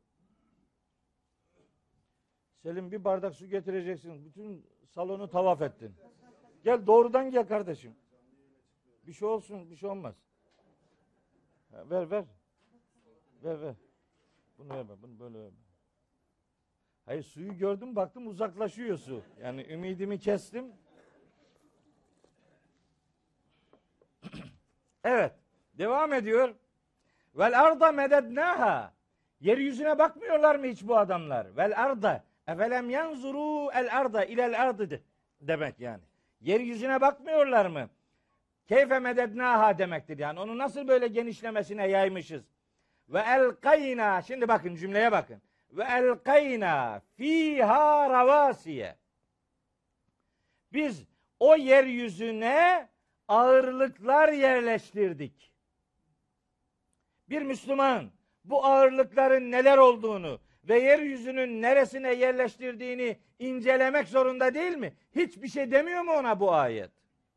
Selim, bir bardak su getireceksin. Bütün salonu tavaf ettin. Gel doğrudan gel kardeşim. Bir şey olsun, bir şey olmaz. Ver. Ver. Bunu verme, bunu böyle verme. Hayır, suyu gördüm, baktım uzaklaşıyor su. Yani ümidimi kestim. Evet, devam ediyor. Vel arda medednaha. Yeryüzüne bakmıyorlar mı hiç bu adamlar? Vel arda. Efelem yanzuru el arda ilel ardı demek yani. Yeryüzüne bakmıyorlar mı? Keyfe medednaha demektir yani. Onu nasıl böyle genişlemesine yaymışız. Ve elkayna. Şimdi bakın, cümleye bakın. Ve elkayna fiha ravasiye. Biz o yeryüzüne ağırlıklar yerleştirdik. Bir Müslüman bu ağırlıkların neler olduğunu ve yeryüzünün neresine yerleştirdiğini incelemek zorunda değil mi? Hiçbir şey demiyor mu ona bu ayet?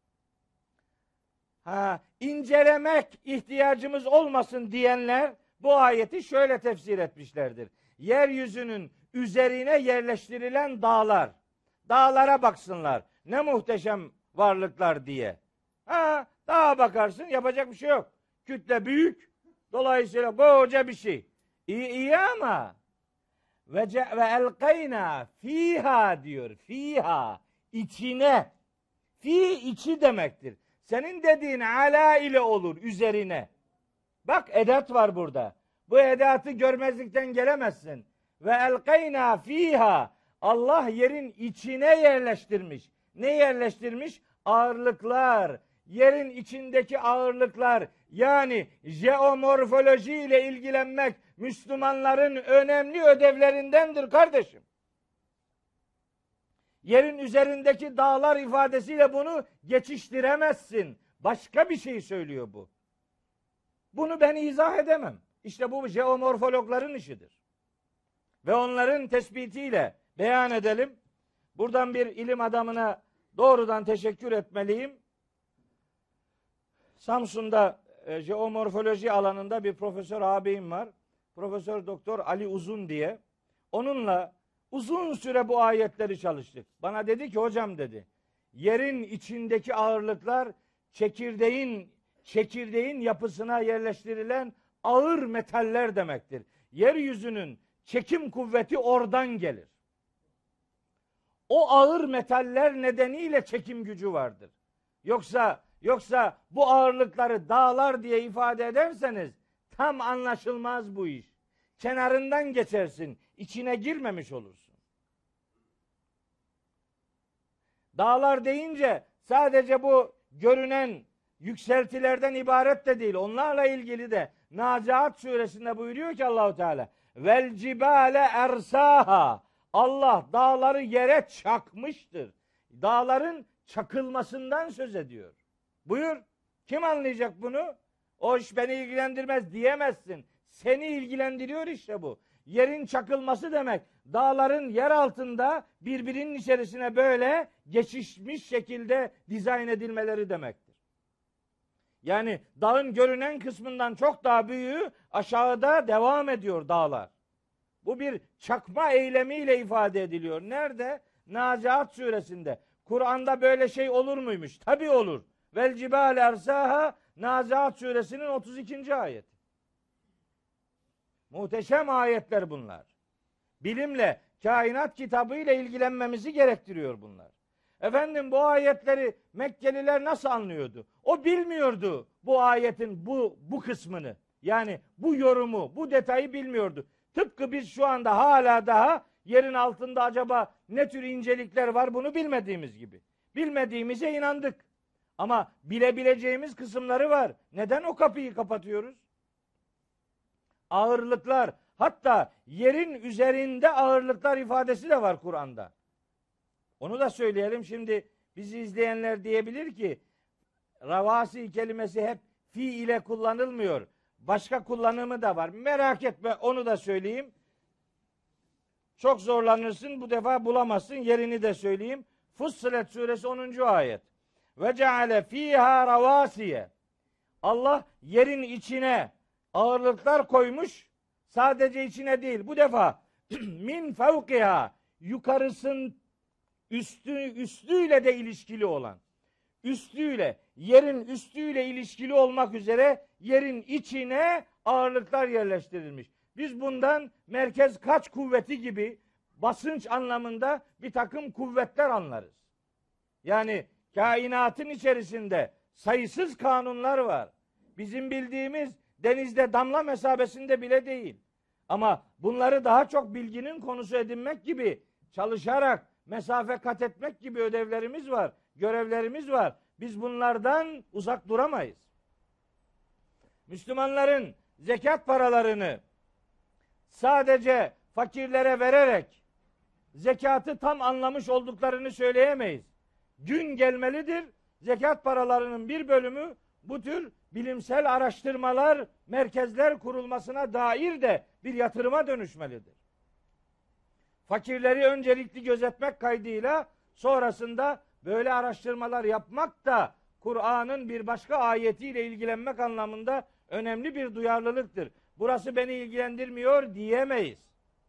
İncelemek ihtiyacımız olmasın diyenler bu ayeti şöyle tefsir etmişlerdir. Yeryüzünün üzerine yerleştirilen dağlar. Dağlara baksınlar. Ne muhteşem varlıklar diye. Dağa bakarsın, yapacak bir şey yok. Kütle büyük. Dolayısıyla koca bir şey. İyi ama ve elkayna fiha diyor. Fiha, içine. Fi içi demektir. Senin dediğin ala ile olur, üzerine. Bak, edat var burada. Bu edatı görmezlikten gelemezsin. Ve elkayna fiha. Allah yerin içine yerleştirmiş. Ne yerleştirmiş? Ağırlıklar. Yerin içindeki ağırlıklar, yani jeomorfoloji ile ilgilenmek Müslümanların önemli ödevlerindendir kardeşim. Yerin üzerindeki dağlar ifadesiyle bunu geçiştiremezsin. Başka bir şey söylüyor bu. Bunu ben izah edemem. İşte bu jeomorfologların işidir. Ve onların tespitiyle beyan edelim. Buradan bir ilim adamına doğrudan teşekkür etmeliyim. Samsun'da jeomorfoloji alanında bir profesör ağabeyim var. Profesör Doktor Ali Uzun diye. Onunla uzun süre bu ayetleri çalıştık. Bana dedi ki, hocam dedi, yerin içindeki ağırlıklar çekirdeğin yapısına yerleştirilen ağır metaller demektir. Yeryüzünün çekim kuvveti oradan gelir. O ağır metaller nedeniyle çekim gücü vardır. Yoksa bu ağırlıkları dağlar diye ifade ederseniz tam anlaşılmaz bu iş. Kenarından geçersin, içine girmemiş olursun. Dağlar deyince sadece bu görünen yükseltilerden ibaret de değil. Onlarla ilgili de Naziat suresinde buyuruyor ki Allahu Teala, vel cibale ersaha. Allah dağları yere çakmıştır. Dağların çakılmasından söz ediyor. Buyur. Kim anlayacak bunu? O iş beni ilgilendirmez diyemezsin. Seni ilgilendiriyor işte bu. Yerin çakılması demek, dağların yer altında birbirinin içerisine böyle geçişmiş şekilde dizayn edilmeleri demektir. Yani dağın görünen kısmından çok daha büyüğü aşağıda devam ediyor dağlar. Bu bir çakma eylemiyle ifade ediliyor. Nerede? Naziat suresinde. Kur'an'da böyle şey olur muymuş? Tabii olur. Vel cibale ersaha, Naziat suresinin 32. ayeti. Muhteşem ayetler bunlar. Bilimle, kainat kitabı ile ilgilenmemizi gerektiriyor bunlar. Efendim, bu ayetleri Mekkeliler nasıl anlıyordu? O bilmiyordu bu ayetin bu kısmını. Yani bu yorumu, bu detayı bilmiyordu. Tıpkı biz şu anda hala daha yerin altında acaba ne tür incelikler var bunu bilmediğimiz gibi. Bilmediğimize inandık. Ama bilebileceğimiz kısımları var. Neden o kapıyı kapatıyoruz? Ağırlıklar, hatta yerin üzerinde ağırlıklar ifadesi de var Kur'an'da. Onu da söyleyelim. Şimdi bizi izleyenler diyebilir ki ravasi kelimesi hep fi ile kullanılmıyor. Başka kullanımı da var. Merak etme, onu da söyleyeyim. Çok zorlanırsın, bu defa bulamazsın. Yerini de söyleyeyim. Fussilet suresi 10. ayet. Ve ceale fiha ravasiye. Allah yerin içine ağırlıklar koymuş. Sadece içine değil. Bu defa min fevkiha, yukarısın üstüyle de ilişkili olan. üstüyle, yerin üstüyle ilişkili olmak üzere yerin içine ağırlıklar yerleştirilmiş. Biz bundan merkez kaç kuvveti gibi basınç anlamında bir takım kuvvetler anlarız. Yani kainatın içerisinde sayısız kanunlar var. Bizim bildiğimiz denizde damla mesabesinde bile değil. Ama bunları daha çok bilginin konusu edinmek gibi, çalışarak mesafe kat etmek gibi ödevlerimiz var, görevlerimiz var. Biz bunlardan uzak duramayız. Müslümanların zekat paralarını sadece fakirlere vererek zekatı tam anlamış olduklarını söyleyemeyiz. Gün gelmelidir, zekat paralarının bir bölümü bu tür bilimsel araştırmalar, merkezler kurulmasına dair de bir yatırıma dönüşmelidir. Fakirleri öncelikli gözetmek kaydıyla sonrasında böyle araştırmalar yapmak da Kur'an'ın bir başka ayetiyle ilgilenmek anlamında önemli bir duyarlılıktır. Burası beni ilgilendirmiyor diyemeyiz.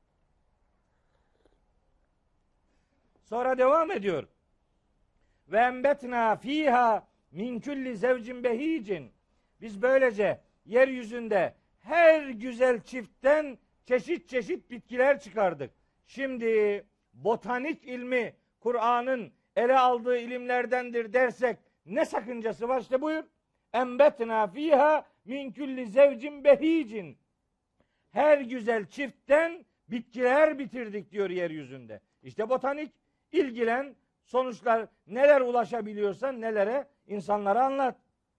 Sonra devam ediyor. Ve embetna fiha min kulli zevcin behicin. Biz böylece yeryüzünde her güzel çiftten çeşit çeşit bitkiler çıkardık. Şimdi botanik ilmi Kur'an'ın ele aldığı ilimlerdendir dersek ne sakıncası var? İşte buyur. Embetna fiha min kulli zevcin behicin. Her güzel çiftten bitkiler bitirdik diyor yeryüzünde. İşte botanik, ilgilen, sonuçlar neler ulaşabiliyorsan nelere insanlara anlat.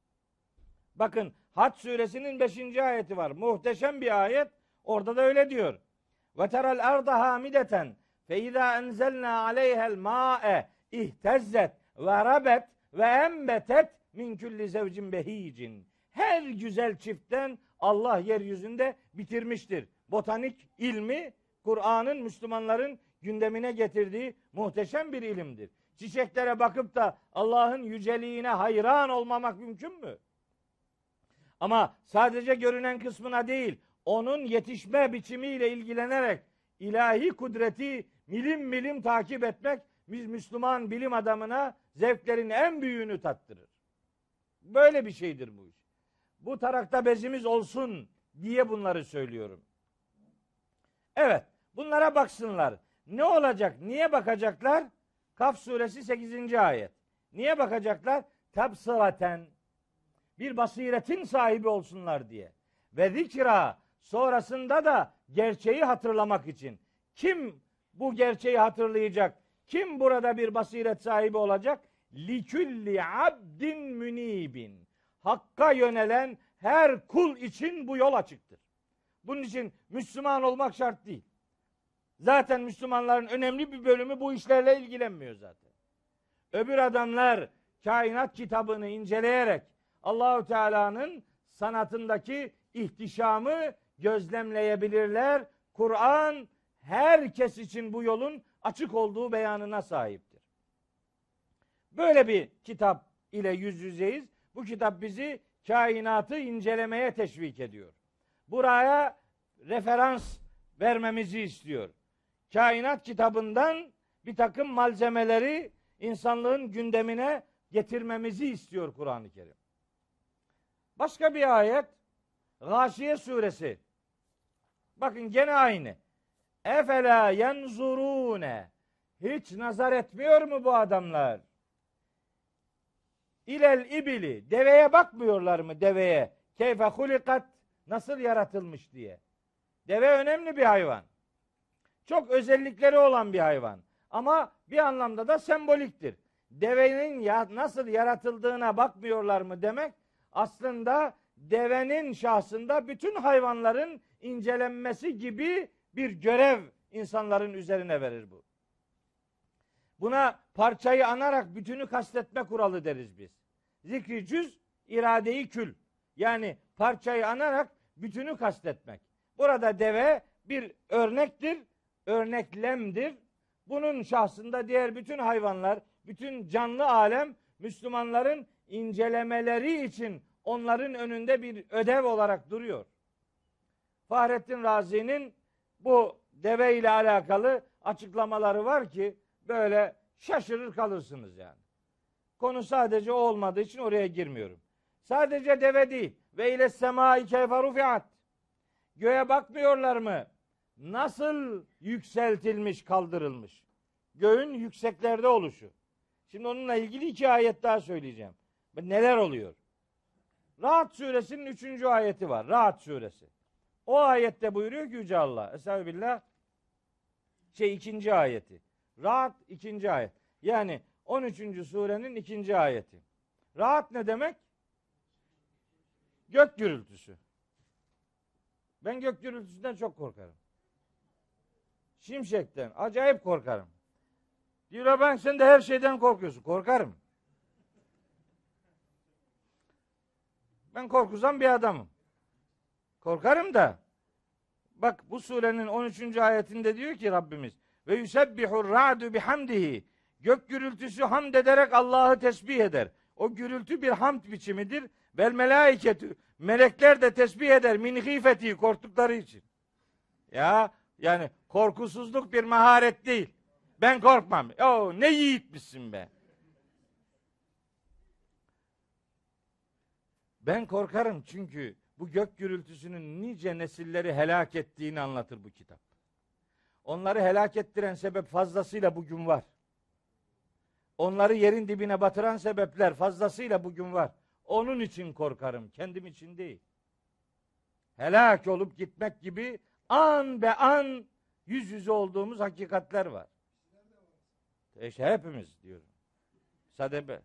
Bakın Hac suresinin 5. ayeti var. Muhteşem bir ayet. Orada da öyle diyor. Ve teral arda hamideten fe izâ enzelnâ aleyhel mâe ihtezzet ve rabet ve embetet min kulli zevcin behicin. Her güzel çiftten Allah yeryüzünde bitirmiştir. Botanik ilmi Kur'an'ın Müslümanların gündemine getirdiği muhteşem bir ilimdir. Çiçeklere bakıp da Allah'ın yüceliğine hayran olmamak mümkün mü? Ama sadece görünen kısmına değil, onun yetişme biçimiyle ilgilenerek ilahi kudreti milim milim takip etmek biz Müslüman bilim adamına zevklerin en büyüğünü tattırır. Böyle bir şeydir bu iş. Bu tarakta bezimiz olsun diye bunları söylüyorum. Evet, bunlara baksınlar. Ne olacak? Niye bakacaklar? Kaf suresi 8. ayet. Niye bakacaklar? Tebsiraten. Bir basiretin sahibi olsunlar diye. Ve zikra, sonrasında da gerçeği hatırlamak için. Kim bu gerçeği hatırlayacak? Kim burada bir basiret sahibi olacak? Likülli abdin münibin. Hakka yönelen her kul için bu yol açıktır. Bunun için Müslüman olmak şart değil. Zaten Müslümanların önemli bir bölümü bu işlerle ilgilenmiyor zaten. Öbür adamlar kainat kitabını inceleyerek Allahu Teala'nın sanatındaki ihtişamı gözlemleyebilirler. Kur'an herkes için bu yolun açık olduğu beyanına sahiptir. Böyle bir kitap ile yüz yüzeyiz. Bu kitap bizi kainatı incelemeye teşvik ediyor. Buraya referans vermemizi istiyor. Kainat kitabından bir takım malzemeleri insanlığın gündemine getirmemizi istiyor Kur'an-ı Kerim. Başka bir ayet, Gâşiye suresi. Bakın gene aynı. Efela yenzurune. Hiç nazar etmiyor mu bu adamlar? İlel ibili. Deveye bakmıyorlar mı deveye? Keyfe hulikat. Nasıl yaratılmış diye. Deve önemli bir hayvan. Çok özellikleri olan bir hayvan. Ama bir anlamda da semboliktir. Devenin nasıl yaratıldığına bakmıyorlar mı demek, aslında devenin şahsında bütün hayvanların incelenmesi gibi bir görev insanların üzerine verir bu. Buna parçayı anarak bütünü kastetme kuralı deriz biz. Zikri cüz, iradeyi kül. Yani parçayı anarak bütünü kastetmek. Burada deve bir örnektir, örneklemdir. Bunun şahsında diğer bütün hayvanlar, bütün canlı alem Müslümanların incelemeleri için onların önünde bir ödev olarak duruyor. Fahrettin Razi'nin bu deve ile alakalı açıklamaları var ki böyle şaşırır kalırsınız yani. Konu sadece o olmadığı için oraya girmiyorum. Sadece deve değil. Ve ile semai keyfe rufiat. Göğe bakmıyorlar mı? Nasıl yükseltilmiş, kaldırılmış. Göğün yükseklerde oluşu. Şimdi onunla ilgili 2 ayet daha söyleyeceğim. Neler oluyor? Ra'd suresinin 3. ayeti var. Ra'd suresi. O ayette buyuruyor ki Yüce Allah. Estağfirullah. 2. ayeti. Ra'd 2. ayet. Yani 13. surenin 2. ayeti. Ra'd ne demek? Gök gürültüsü. Ben gök gürültüsünden çok korkarım. Şimşekten acayip korkarım. Diyorlar ben sen de her şeyden korkuyorsun. Korkarım. Ben korkusam bir adamım. Korkarım da. Bak bu surenin 13. ayetinde diyor ki Rabbimiz ve yusebbihur ra'du bihamdihi. Gök gürültüsü hamd ederek Allah'ı tesbih eder. O gürültü bir hamd biçimidir. Vel melaiketü. Melekler de tesbih eder min hifeti, korktukları için. Ya yani korkusuzluk bir maharet değil. Ben korkmam. Ne yiğitmişsin be. Ben korkarım çünkü bu gök gürültüsünün nice nesilleri helak ettiğini anlatır bu kitap. Onları helak ettiren sebep fazlasıyla bugün var. Onları yerin dibine batıran sebepler fazlasıyla bugün var. Onun için korkarım, kendim için değil. Helak olup gitmek gibi an be an yüz yüze olduğumuz hakikatler var. İşte hepimiz diyorum. Sadebe.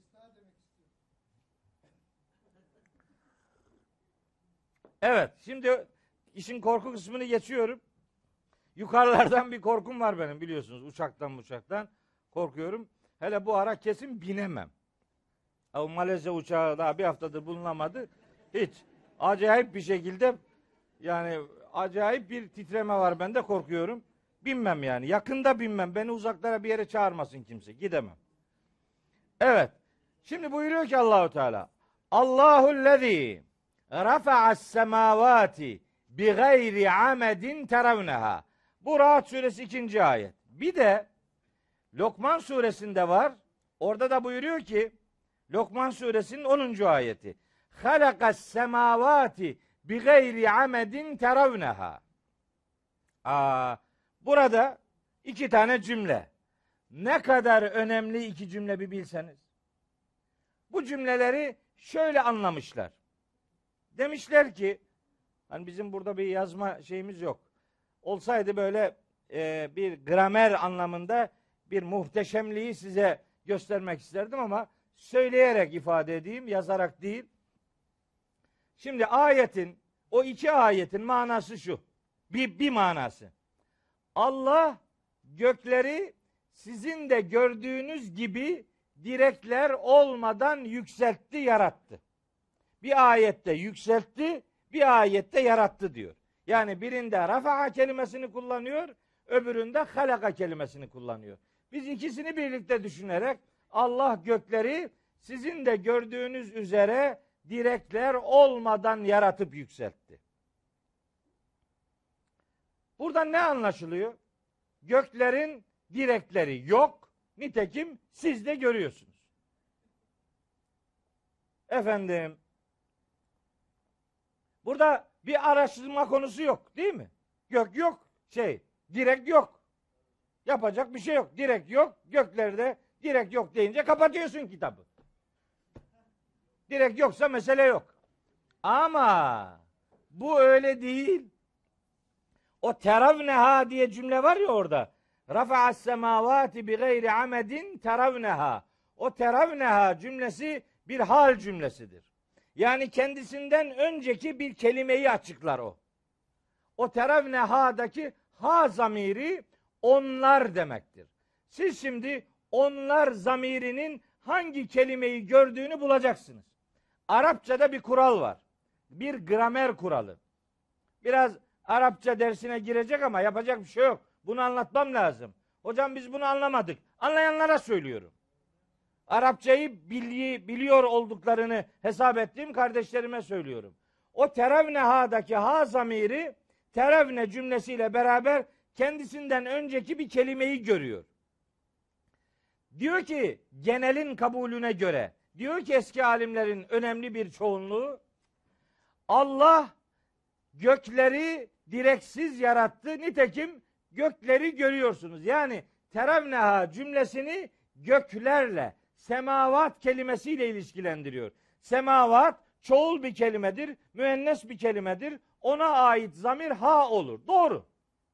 Evet, şimdi işin korku kısmını geçiyorum. Yukarılardan bir korkum var benim biliyorsunuz. Uçaktan korkuyorum. Hele bu ara kesin binemem. O Malezya uçağı daha bir haftadır bulunamadı. Hiç. Acayip bir şekilde yani acayip bir titreme var bende, korkuyorum. Binmem yani. Yakında binmem. Beni uzaklara bir yere çağırmasın kimse. Gidemem. Evet. Şimdi buyuruyor ki Allahu Teala. Allahu'llezî rafa'as semavati bi gayri amedin teravneha. Bu Ra'd suresi 2. ayet. Bir de Lokman suresinde var. Orada da buyuruyor ki Lokman suresinin 10. ayeti. Halakas semavati bi gayri amedin teravneha. Burada 2 tane cümle. Ne kadar önemli 2 cümle bir bilseniz. Bu cümleleri şöyle anlamışlar. Demişler ki hani bizim burada bir yazma şeyimiz yok. Olsaydı böyle bir gramer anlamında bir muhteşemliği size göstermek isterdim ama söyleyerek ifade edeyim, yazarak değil. Şimdi o 2 ayetin manası şu. Bir manası. Allah gökleri sizin de gördüğünüz gibi direkler olmadan yükseltti, yarattı. Bir ayette yükseltti, bir ayette yarattı diyor. Yani birinde rafa'a kelimesini kullanıyor, öbüründe halaka kelimesini kullanıyor. Biz ikisini birlikte düşünerek Allah gökleri sizin de gördüğünüz üzere direkler olmadan yaratıp yükseltti. Buradan ne anlaşılıyor? Göklerin direkleri yok. Nitekim siz de görüyorsunuz. Efendim, burada bir araştırma konusu yok, değil mi? Gök yok, direk yok. Yapacak bir şey yok. Direk yok. Göklerde direk yok deyince kapatıyorsun kitabı. Direk yoksa mesele yok. Ama bu öyle değil. O teravneha diye cümle var ya orada. Rafa'as semavati bi gayri amedin teravneha. O teravneha cümlesi bir hal cümlesidir. Yani kendisinden önceki bir kelimeyi açıklar o. O teravneha'daki ha zamiri onlar demektir. Siz şimdi onlar zamirinin hangi kelimeyi gördüğünü bulacaksınız. Arapçada bir kural var. Bir gramer kuralı. Biraz Arapça dersine girecek ama yapacak bir şey yok. Bunu anlatmam lazım. Hocam biz bunu anlamadık. Anlayanlara söylüyorum. Arapçayı biliyor olduklarını hesap ettiğim kardeşlerime söylüyorum. O terevneha'daki ha zamiri terevne cümlesiyle beraber kendisinden önceki bir kelimeyi görüyor. Diyor ki genelin kabulüne göre, diyor ki eski alimlerin önemli bir çoğunluğu, Allah gökleri direksiz yarattı. Nitekim gökleri görüyorsunuz. Yani terevneha cümlesini göklerle, semavat kelimesiyle ilişkilendiriyor. Semavat çoğul bir kelimedir, müennes bir kelimedir. Ona ait zamir ha olur. Doğru.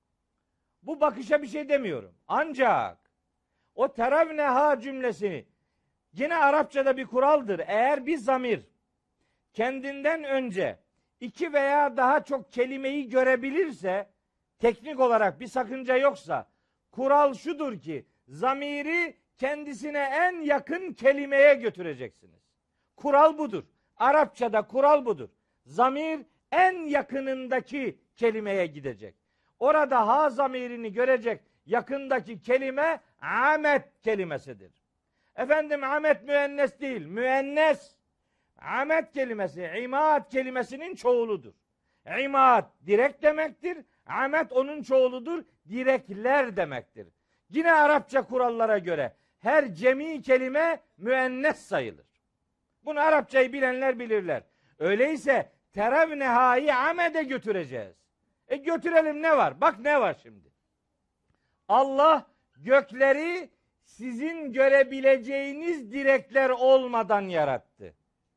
Bu bakışa bir şey demiyorum. Ancak o terevneha cümlesini, yine Arapçada bir kuraldır. Eğer bir zamir kendinden önce iki veya daha çok kelimeyi görebilirse, teknik olarak bir sakınca yoksa, kural şudur ki zamiri kendisine en yakın kelimeye götüreceksiniz. Kural budur. Arapçada kural budur. Zamir en yakınındaki kelimeye gidecek. Orada ha zamirini görecek yakındaki kelime amet kelimesidir. Efendim amet müennes değil, müennes. Amet kelimesi, imad kelimesinin çoğuludur. İmad direk demektir. Amet onun çoğuludur. Direkler demektir. Yine Arapça kurallara göre her cemi kelime müennes sayılır. Bunu Arapçayı bilenler bilirler. Öyleyse terevnehayı amede götüreceğiz. Götürelim, ne var? Bak ne var şimdi. Allah gökleri sizin görebileceğiniz direkler olmadan yarattı.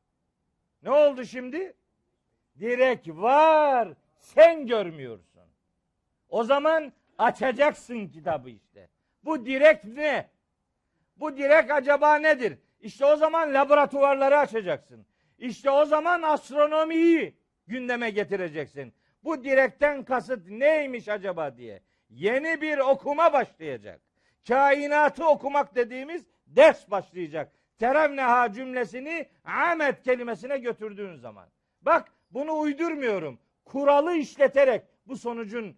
Ne oldu şimdi? Direk var, sen görmüyorsun. O zaman açacaksın kitabı işte. Bu direk ne? Bu direk acaba nedir? İşte o zaman laboratuvarları açacaksın. İşte o zaman astronomiyi gündeme getireceksin. Bu direkten kasıt neymiş acaba diye. Yeni bir okuma başlayacak. Kainatı okumak dediğimiz ders başlayacak. Terevneha cümlesini amet kelimesine götürdüğün zaman. Bak bunu uydurmuyorum. Kuralı işleterek bu sonucun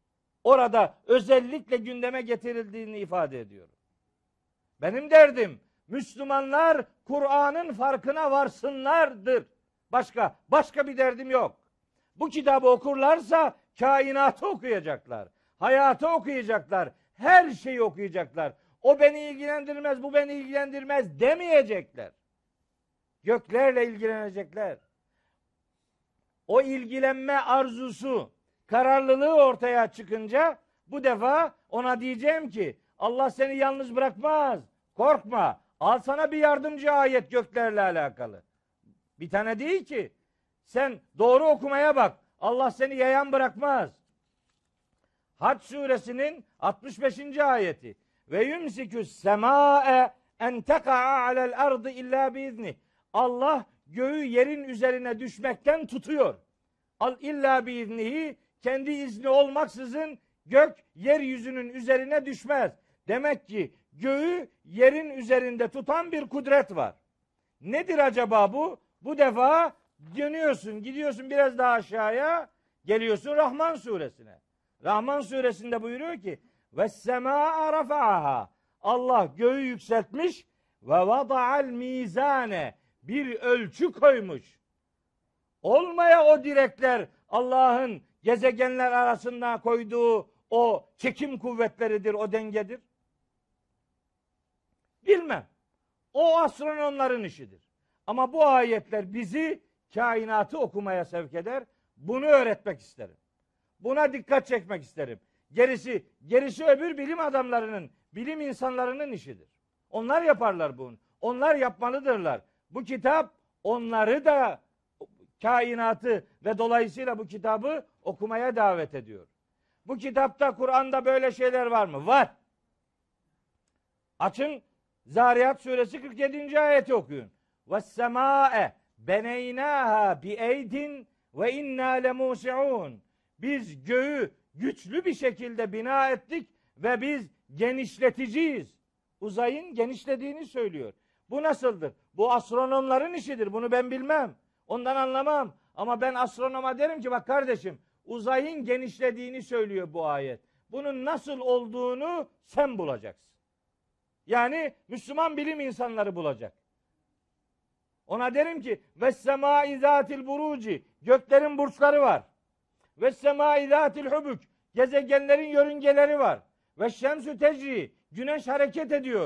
orada özellikle gündeme getirildiğini ifade ediyorum. Benim derdim Müslümanlar Kur'an'ın farkına varsınlardır. Başka bir derdim yok. Bu kitabı okurlarsa kainatı okuyacaklar. Hayatı okuyacaklar. Her şeyi okuyacaklar. O beni ilgilendirmez, bu beni ilgilendirmez demeyecekler. Göklerle ilgilenecekler. O ilgilenme arzusu, kararlılığı ortaya çıkınca bu defa ona diyeceğim ki Allah seni yalnız bırakmaz. Korkma. Al sana bir yardımcı ayet göklerle alakalı. Bir tane değil ki. Sen doğru okumaya bak. Allah seni yayan bırakmaz. Hac suresinin 65. ayeti. Ve yumsikü semâe en teka'a alel ardı illa biizni. Allah göğü yerin üzerine düşmekten tutuyor. Al illa biiznihi, kendi izni olmaksızın gök yeryüzünün üzerine düşmez. Demek ki göğü yerin üzerinde tutan bir kudret var. Nedir acaba bu? Bu defa dönüyorsun, gidiyorsun biraz daha aşağıya, geliyorsun Rahman suresine. Rahman suresinde buyuruyor ki ve's-semâ'a rafa'aha. Allah göğü yükseltmiş ve vada'al mizane, bir ölçü koymuş. Olmaya o direkler Allah'ın gezegenler arasında koyduğu o çekim kuvvetleridir, o dengedir. Bilmem. O astronomların işidir. Ama bu ayetler bizi kainatı okumaya sevk eder. Bunu öğretmek isterim. Buna dikkat çekmek isterim. Gerisi öbür bilim adamlarının, bilim insanlarının işidir. Onlar yaparlar bunu. Onlar yapmalıdırlar. Bu kitap onları da, kainatı ve dolayısıyla bu kitabı okumaya davet ediyor. Bu kitapta, Kur'an'da böyle şeyler var mı? Var. Açın Zariyat suresi 47. ayeti okuyun. Ve's-semâe beneynâhâ bi'eydin ve innâ lemûsi'ûn. Biz göğü güçlü bir şekilde bina ettik ve biz genişleticiyiz. Uzayın genişlediğini söylüyor. Bu nasıldır? Bu astronomların işidir. Bunu ben bilmem. Ondan anlamam. Ama ben astronoma derim ki bak kardeşim, uzayın genişlediğini söylüyor bu ayet. Bunun nasıl olduğunu sen bulacaksın. Yani Müslüman bilim insanları bulacak. Ona derim ki ve's-semâi zâtil buruci, göklerin burçları var. Ve's-semâi zâtil hubuk, gezegenlerin yörüngeleri var. Ve'ş-şemsü tecri, güneş hareket ediyor.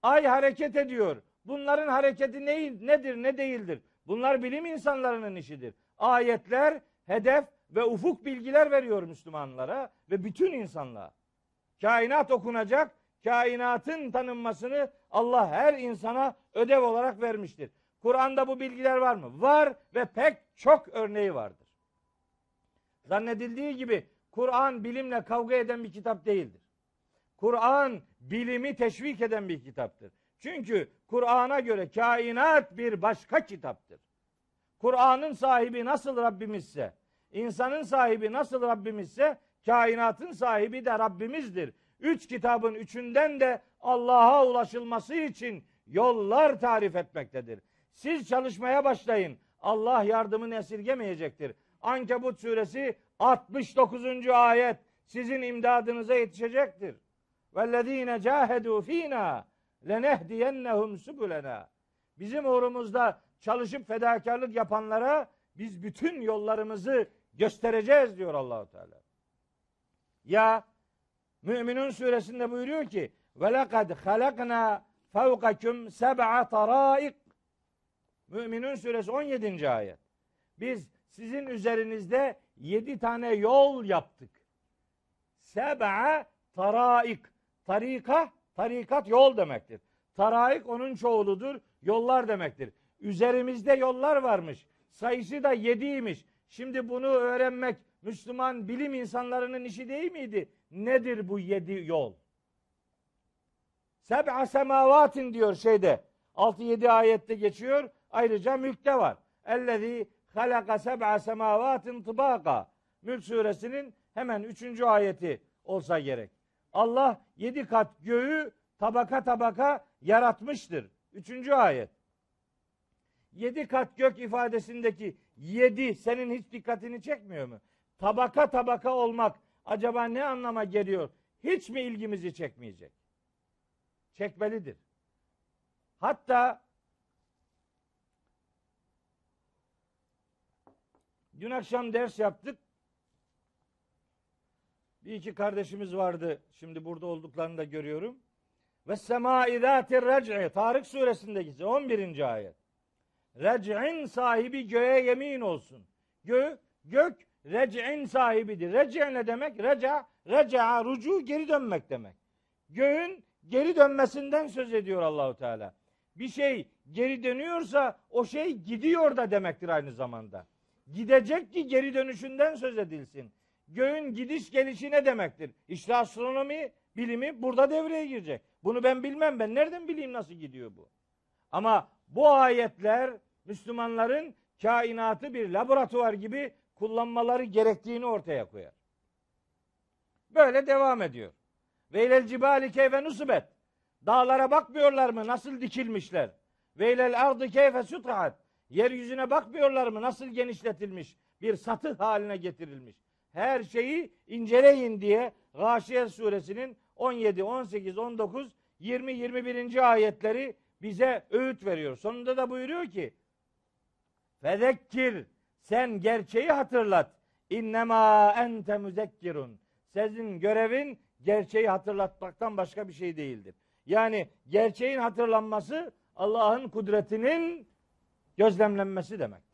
Ay hareket ediyor. Bunların hareketi nedir, ne değildir? Bunlar bilim insanlarının işidir. Ayetler, hedef ve ufuk bilgiler veriyor Müslümanlara ve bütün insanlığa. Kainat okunacak, kainatın tanınmasını Allah her insana ödev olarak vermiştir. Kur'an'da bu bilgiler var mı? Var ve pek çok örneği vardır. Zannedildiği gibi Kur'an bilimle kavga eden bir kitap değildir. Kur'an bilimi teşvik eden bir kitaptır. Çünkü Kur'an'a göre kainat bir başka kitaptır. Kur'an'ın sahibi nasıl Rabbimizse, insanın sahibi nasıl Rabbimizse, kainatın sahibi de Rabbimizdir. 3 kitabın üçünden de Allah'a ulaşılması için yollar tarif etmektedir. Siz çalışmaya başlayın. Allah yardımını esirgemeyecektir. Ankebut suresi 69. ayet sizin imdadınıza yetişecektir. Vellezine cahedu fina lenehdiyennehum subulena. Bizim uğrumuzda çalışıp fedakarlık yapanlara biz bütün yollarımızı göstereceğiz diyor Allahu Teala. Ya Müminun suresinde buyuruyor ki ve lekad halakna fevkakum seb'a taraik. Müminun suresi 17. ayet. Biz sizin üzerinizde 7 tane yol yaptık. Seb'a taraik. Tarikat yol demektir. Taraik onun çoğuludur. Yollar demektir. Üzerimizde yollar varmış. Sayısı da 7'ymiş. Şimdi bunu öğrenmek Müslüman bilim insanlarının işi değil miydi? Nedir bu 7 yol? Seb'a semavatin diyor 6-7 ayette geçiyor. Ayrıca Mülk'te var. Ellezî halaka seb'a semavatin tıbaka. Mülk suresinin hemen 3. ayeti olsa gerek. Allah 7 kat göğü tabaka tabaka yaratmıştır. 3. ayet. 7 kat gök ifadesindeki 7 senin hiç dikkatini çekmiyor mu? Tabaka tabaka olmak acaba ne anlama geliyor? Hiç mi ilgimizi çekmeyecek? Çekmelidir. Hatta dün akşam ders yaptık. Bir iki kardeşimiz vardı. Şimdi burada olduklarını da görüyorum. Ve semâi zâtir rec'i. Tarık suresindeki 11. ayet. Rec'in sahibi göğe yemin olsun. Gök rec'in sahibidir. Rec' ne demek? Reca, rucu geri dönmek demek. Göğün geri dönmesinden söz ediyor Allahu Teala. Bir şey geri dönüyorsa o şey gidiyor da demektir aynı zamanda. Gidecek ki geri dönüşünden söz edilsin. Göğün gidiş gelişi ne demektir? İşte astronomi bilimi burada devreye girecek. Bunu ben bilmem. Ben nereden bileyim nasıl gidiyor bu? Ama bu ayetler Müslümanların kainatı bir laboratuvar gibi kullanmaları gerektiğini ortaya koyar. Böyle devam ediyor. Ve ilel cibali keyfe nusibet. Dağlara bakmıyorlar mı? Nasıl dikilmişler? Ve ilel ardı keyfe sutahat. Yeryüzüne bakmıyorlar mı? Nasıl genişletilmiş? Bir satı haline getirilmiş. Her şeyi inceleyin diye Gâşiye suresinin 17, 18, 19, 20, 21. ayetleri bize öğüt veriyor. Sonunda da buyuruyor ki fezekkir, sen gerçeği hatırlat. İnnemâ ente müzekkirun. Sizin görevin gerçeği hatırlatmaktan başka bir şey değildir. Yani gerçeğin hatırlanması Allah'ın kudretinin gözlemlenmesi demektir.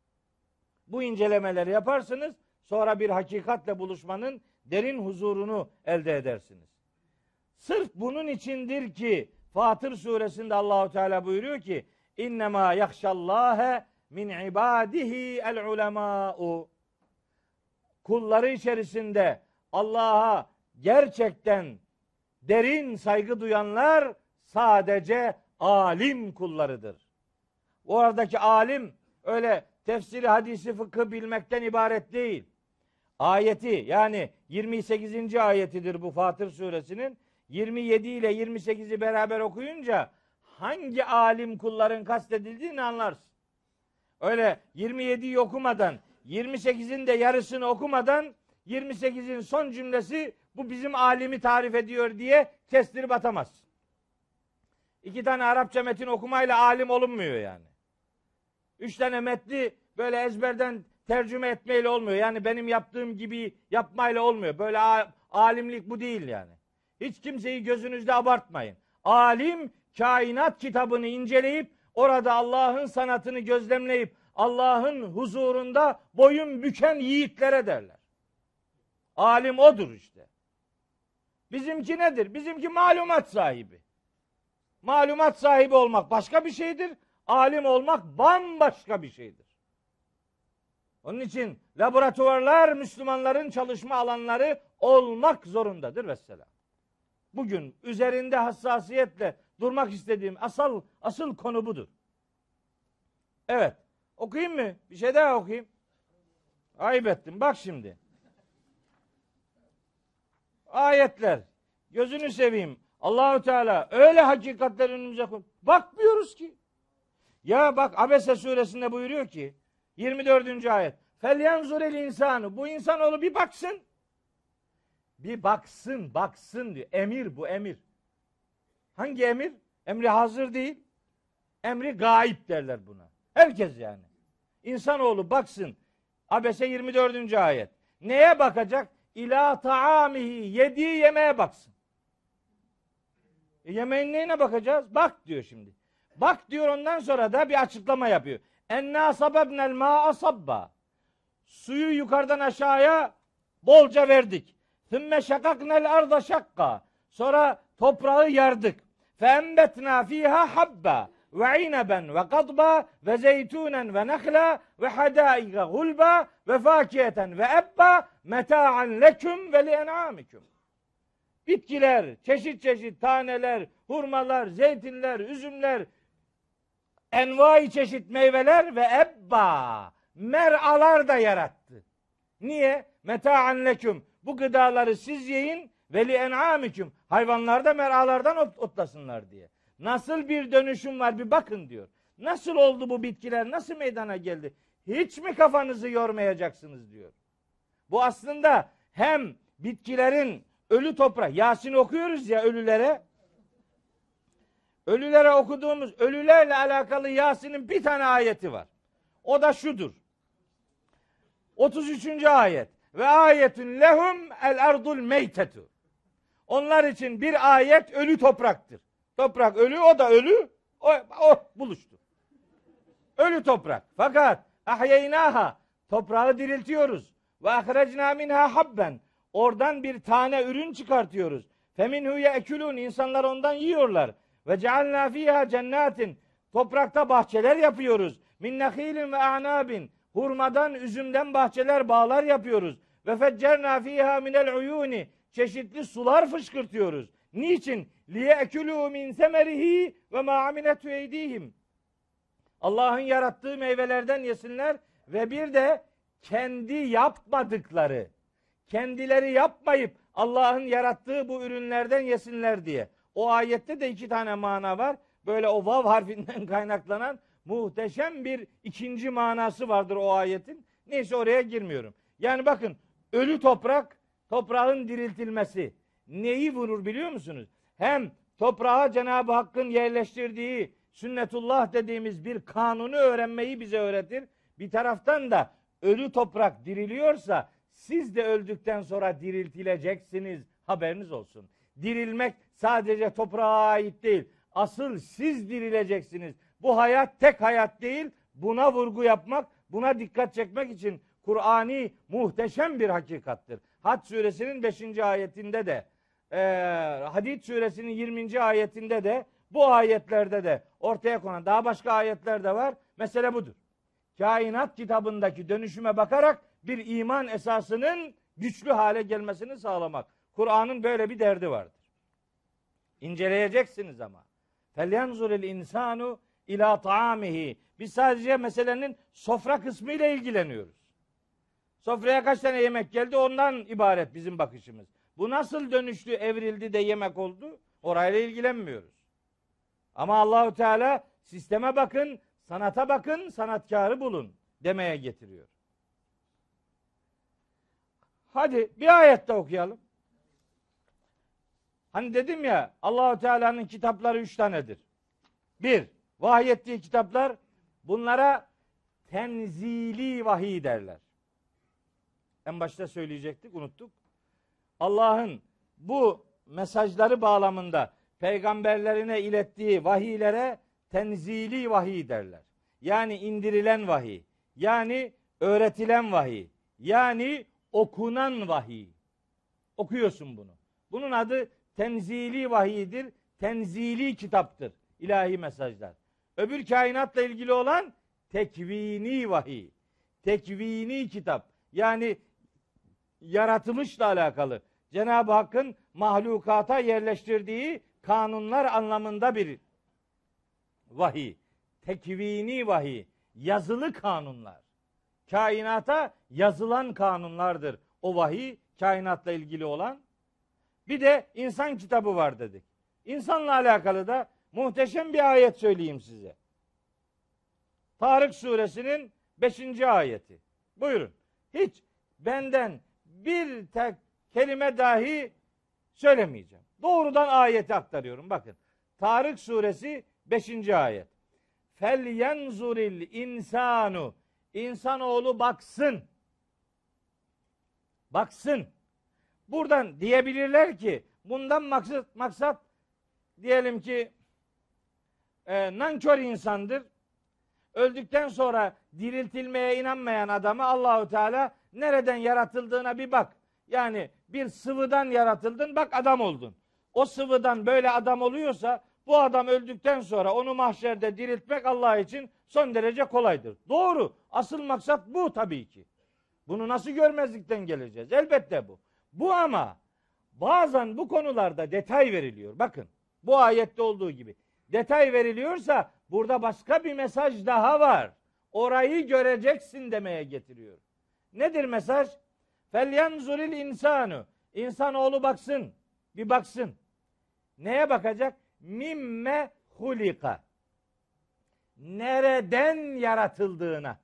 Bu incelemeleri yaparsınız, sonra bir hakikatle buluşmanın derin huzurunu elde edersiniz. Sırf bunun içindir ki Fatır suresinde Allahu Teala buyuruyor ki İnnemâ yakşallâhe min ibadihi el ulemâ'u. Kulları içerisinde Allah'a gerçekten derin saygı duyanlar sadece alim kullarıdır. Oradaki alim öyle tefsiri, hadisi, fıkı bilmekten ibaret değil. Ayeti yani 28. ayetidir bu Fatır suresinin. 27 ile 28'i beraber okuyunca hangi alim kulların kastedildiğini anlarsın. Öyle 27'yi okumadan 28'in de yarısını okumadan 28'in son cümlesi bu bizim alimi tarif ediyor diye kestirip atamazsın. 2 tane Arapça metin okumayla alim olunmuyor yani. 3 tane metni böyle ezberden tercüme etmeyle olmuyor. Yani benim yaptığım gibi yapmayla olmuyor. Böyle alimlik bu değil yani. Hiç kimseyi gözünüzde abartmayın. Alim kainat kitabını inceleyip orada Allah'ın sanatını gözlemleyip Allah'ın huzurunda boyun büken yiğitlere derler. Alim odur işte. Bizimki nedir? Bizimki malumat sahibi. Malumat sahibi olmak başka bir şeydir. Alim olmak bambaşka bir şeydir. Onun için laboratuvarlar Müslümanların çalışma alanları olmak zorundadır vesselam. Bugün üzerinde hassasiyetle durmak istediğim asıl konu budur. Evet. Okuyayım mı? Bir şey daha okuyayım. Ayıp ettim. Bak şimdi. Ayetler. Gözünü seveyim. Allahu Teala öyle hakikatler önümüze koy. Bakmıyoruz ki. Ya bak Abese suresinde buyuruyor ki 24. ayet. Felyanzurel insanu. Bu insanoğlu bir baksın. Bir baksın diyor. Emir bu emir. Hangi emir? Emri hazır değil. Emri gaib derler buna. Herkes yani. İnsanoğlu baksın. Abese 24. ayet. Neye bakacak? İlâ taamihi. Yediği yemeğe baksın. Yemeğin neyine bakacağız? Bak diyor şimdi. Bak diyor, ondan sonra da bir açıklama yapıyor. Enna sababnel ma'a sabba. Suyu yukarıdan aşağıya bolca verdik. Sümme şakaknel arda şakka. Sonra toprağı yardık. Fe embetna fiha habba ve ineben ve kadba ve zeytunen ve nehla ve hadaiga gulba ve fakiyeten ve ebba meta'an leküm ve li en'amikum. Bitkiler, çeşit çeşit taneler, hurmalar, zeytinler, üzümler, envai çeşit meyveler ve ebba, mer'alar da yarattı. Niye? Meta'an leküm. Bu gıdaları siz yiyin ve li en'amikum. Hayvanlar da mer'alardan otlasınlar diye. Nasıl bir dönüşüm var bir bakın diyor. Nasıl oldu bu bitkiler? Nasıl meydana geldi? Hiç mi kafanızı yormayacaksınız diyor. Bu aslında hem bitkilerin ölü toprak, Yasin okuyoruz ya ölülere. Ölülere okuduğumuz, ölülerle alakalı Yasin'in bir tane ayeti var. O da şudur. 33. ayet. Ve ayetun lehum el ardul meytetu. Onlar için bir ayet ölü topraktır. Toprak ölü, o da ölü. O buluştu. Ölü toprak. Fakat ahyeynaha, toprağı diriltiyoruz. Ve ahrecna minha habben. Oradan bir tane ürün çıkartıyoruz. Feminhu ye'kulun, insanlar ondan yiyorlar. Ve cealna fiha cennetin, toprakta bahçeler yapıyoruz. Min nehilin ve a'nabin, hurmadan, üzümden bahçeler, bağlar yapıyoruz. Ve feccerna fiha minel uyuni, çeşitli sular fışkırtıyoruz. Niçin? Liye'kulû min semerihi ve ma amiletu eydihim. Allah'ın yarattığı meyvelerden yesinler ve bir de kendi yapmadıkları, kendileri yapmayıp Allah'ın yarattığı bu ürünlerden yesinler diye. O ayette de iki tane mana var. Böyle o vav harfinden kaynaklanan muhteşem bir ikinci manası vardır o ayetin. Neyse oraya girmiyorum. Yani bakın, ölü toprak, toprağın diriltilmesi neyi vurur biliyor musunuz? Hem toprağa Cenab-ı Hakk'ın yerleştirdiği sünnetullah dediğimiz bir kanunu öğrenmeyi bize öğretir. Bir taraftan da ölü toprak diriliyorsa siz de öldükten sonra diriltileceksiniz. Haberiniz olsun. Dirilmek sadece toprağa ait değil. Asıl siz dirileceksiniz. Bu hayat tek hayat değil. Buna vurgu yapmak, buna dikkat çekmek için Kur'ani muhteşem bir hakikattir. Hac suresinin 5. ayetinde de, Hadid suresinin 20. ayetinde de, bu ayetlerde de ortaya konan daha başka ayetler de var. Mesele budur. Kainat kitabındaki dönüşüme bakarak bir iman esasının güçlü hale gelmesini sağlamak. Kur'an'ın böyle bir derdi vardır. İnceleyeceksiniz ama. Felyanzuril insanu ila taamihi. Biz sadece meselenin sofra kısmı ile ilgileniyoruz. Sofraya kaç tane yemek geldi, ondan ibaret bizim bakışımız. Bu nasıl dönüştü, evrildi de yemek oldu? Orayla ilgilenmiyoruz. Ama Allahu Teala sisteme bakın, sanata bakın, sanatkarı bulun demeye getiriyor. Hadi bir ayet de okuyalım. Hani dedim ya, Allahu Teala'nın kitapları 3 tanedir. 1. Vahyettiği kitaplar, bunlara tenzili vahiy derler. En başta söyleyecektik, unuttuk. Allah'ın bu mesajları bağlamında peygamberlerine ilettiği vahiylere tenzili vahiy derler. Yani indirilen vahiy, yani öğretilen vahiy, yani okunan vahiy. Okuyorsun bunu. Bunun adı tenzili vahiydir, tenzili kitaptır. İlahi mesajlar. Öbür kainatla ilgili olan tekvini vahiy. Tekvini kitap. Yani yaratılışla alakalı. Cenab-ı Hakk'ın mahlukata yerleştirdiği kanunlar anlamında bir vahiy. Tekvini vahiy. Yazılı kanunlar. Kainata yazılan kanunlardır o vahiy, kainatla ilgili olan. Bir de insan kitabı var dedik. İnsanla alakalı da muhteşem bir ayet söyleyeyim size. Tarık suresinin 5. ayeti. Buyurun. Hiç benden bir tek kelime dahi söylemeyeceğim. Doğrudan ayeti aktarıyorum. Bakın. Tarık suresi 5. ayet. Fel yenzuril insanu. İnsanoğlu baksın. Baksın. Buradan diyebilirler ki bundan maksat diyelim ki nankör insandır. Öldükten sonra diriltilmeye inanmayan adamı Allahu Teala nereden yaratıldığına bir bak. Yani bir sıvıdan yaratıldın, bak adam oldun. O sıvıdan böyle adam oluyorsa bu adam öldükten sonra onu mahşerde diriltmek Allah için son derece kolaydır. Doğru. Asıl maksat bu tabii ki. Bunu nasıl görmezlikten geleceğiz? Elbette bu. Bu ama bazen bu konularda detay veriliyor. Bakın bu ayette olduğu gibi. Detay veriliyorsa burada başka bir mesaj daha var. Orayı göreceksin demeye getiriyor. Nedir mesaj? Felyanzuril insanu. İnsanoğlu baksın. Bir baksın. Neye bakacak? Mimme hulika. Nereden yaratıldığına.